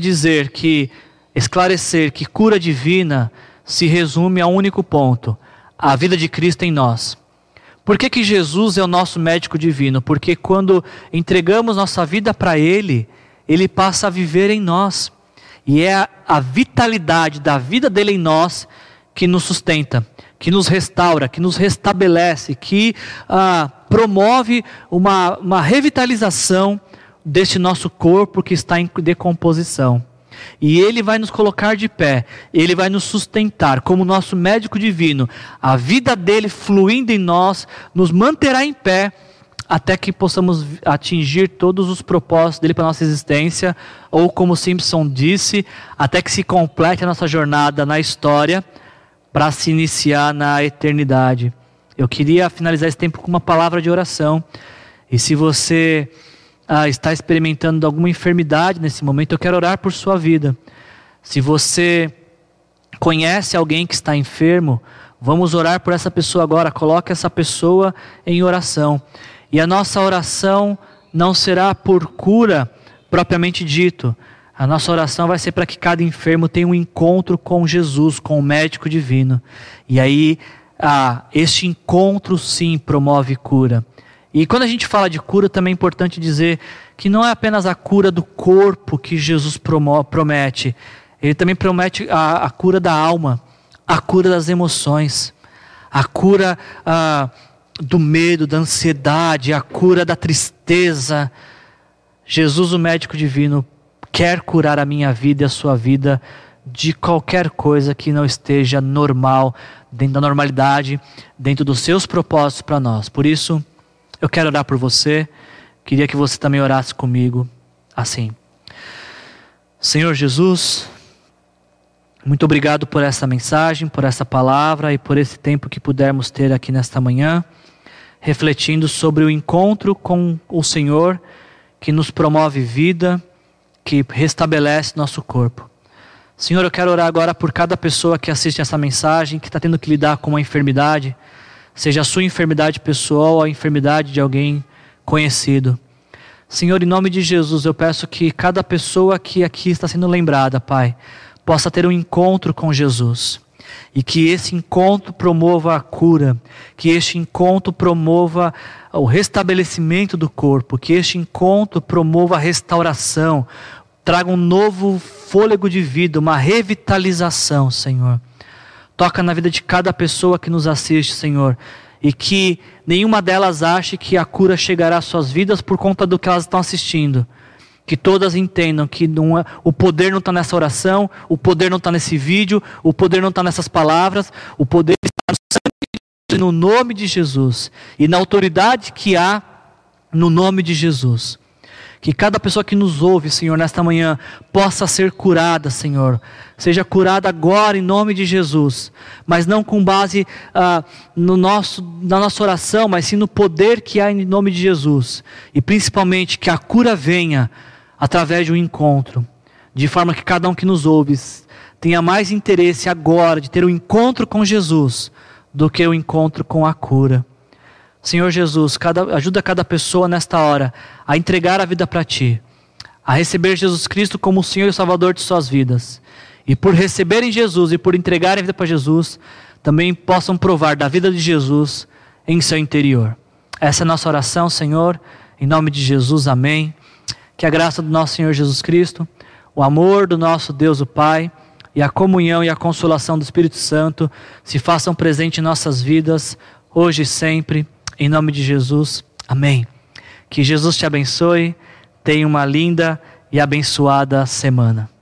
esclarecer que cura divina se resume a um único ponto: a vida de Cristo em nós. Por que Jesus é o nosso médico divino? Porque quando entregamos nossa vida para Ele, Ele passa a viver em nós. E é a vitalidade da vida dele em nós que nos sustenta, que nos restaura, que nos restabelece, que promove uma revitalização deste nosso corpo que está em decomposição. E Ele vai nos colocar de pé, Ele vai nos sustentar como nosso médico divino. A vida dele fluindo em nós nos manterá em pé até que possamos atingir todos os propósitos dele para a nossa existência, ou como Simpson disse, até que se complete a nossa jornada na história para se iniciar na eternidade. Eu queria finalizar esse tempo com uma palavra de oração. E se você está experimentando alguma enfermidade nesse momento, eu quero orar por sua vida. Se você conhece alguém que está enfermo, vamos orar por essa pessoa agora. Coloque essa pessoa em oração. E a nossa oração não será por cura propriamente dito. A nossa oração vai ser para que cada enfermo tenha um encontro com Jesus, com o médico divino. E aí, este encontro sim promove cura. E quando a gente fala de cura, também é importante dizer que não é apenas a cura do corpo que Jesus promete. Ele também promete a cura da alma, a cura das emoções, a cura do medo, da ansiedade, a cura da tristeza. Jesus, o médico divino, quer curar a minha vida e a sua vida de qualquer coisa que não esteja normal, dentro da normalidade, dentro dos seus propósitos para nós. Por isso, eu quero orar por você. Queria que você também orasse comigo assim. Senhor Jesus, muito obrigado por essa mensagem, por essa palavra e por esse tempo que pudermos ter aqui nesta manhã, refletindo sobre o encontro com o Senhor, que nos promove vida, que restabelece nosso corpo. Senhor, eu quero orar agora por cada pessoa que assiste essa mensagem, que está tendo que lidar com uma enfermidade, seja a sua enfermidade pessoal ou a enfermidade de alguém conhecido. Senhor, em nome de Jesus, eu peço que cada pessoa que aqui está sendo lembrada, Pai, possa ter um encontro com Jesus. E que esse encontro promova a cura, que este encontro promova o restabelecimento do corpo, que este encontro promova a restauração, traga um novo fôlego de vida, uma revitalização, Senhor. Toca na vida de cada pessoa que nos assiste, Senhor, e que nenhuma delas ache que a cura chegará às suas vidas por conta do que elas estão assistindo. Que todas entendam que o poder não está nessa oração, o poder não está nesse vídeo, o poder não está nessas palavras, o poder está no sangue de Jesus, no nome de Jesus, e na autoridade que há no nome de Jesus. Que cada pessoa que nos ouve, Senhor, nesta manhã, possa ser curada, Senhor. Seja curada agora em nome de Jesus. Mas não com base na nossa oração, mas sim no poder que há em nome de Jesus. E principalmente que a cura venha através de um encontro. De forma que cada um que nos ouve tenha mais interesse agora de ter um encontro com Jesus do que o encontro com a cura. Senhor Jesus, ajuda cada pessoa nesta hora a entregar a vida para Ti, a receber Jesus Cristo como o Senhor e o Salvador de suas vidas. E por receberem Jesus e por entregarem a vida para Jesus, também possam provar da vida de Jesus em seu interior. Essa é a nossa oração, Senhor, em nome de Jesus, amém. Que a graça do nosso Senhor Jesus Cristo, o amor do nosso Deus o Pai, e a comunhão e a consolação do Espírito Santo se façam presente em nossas vidas, hoje e sempre, em nome de Jesus. Amém. Que Jesus te abençoe, tenha uma linda e abençoada semana.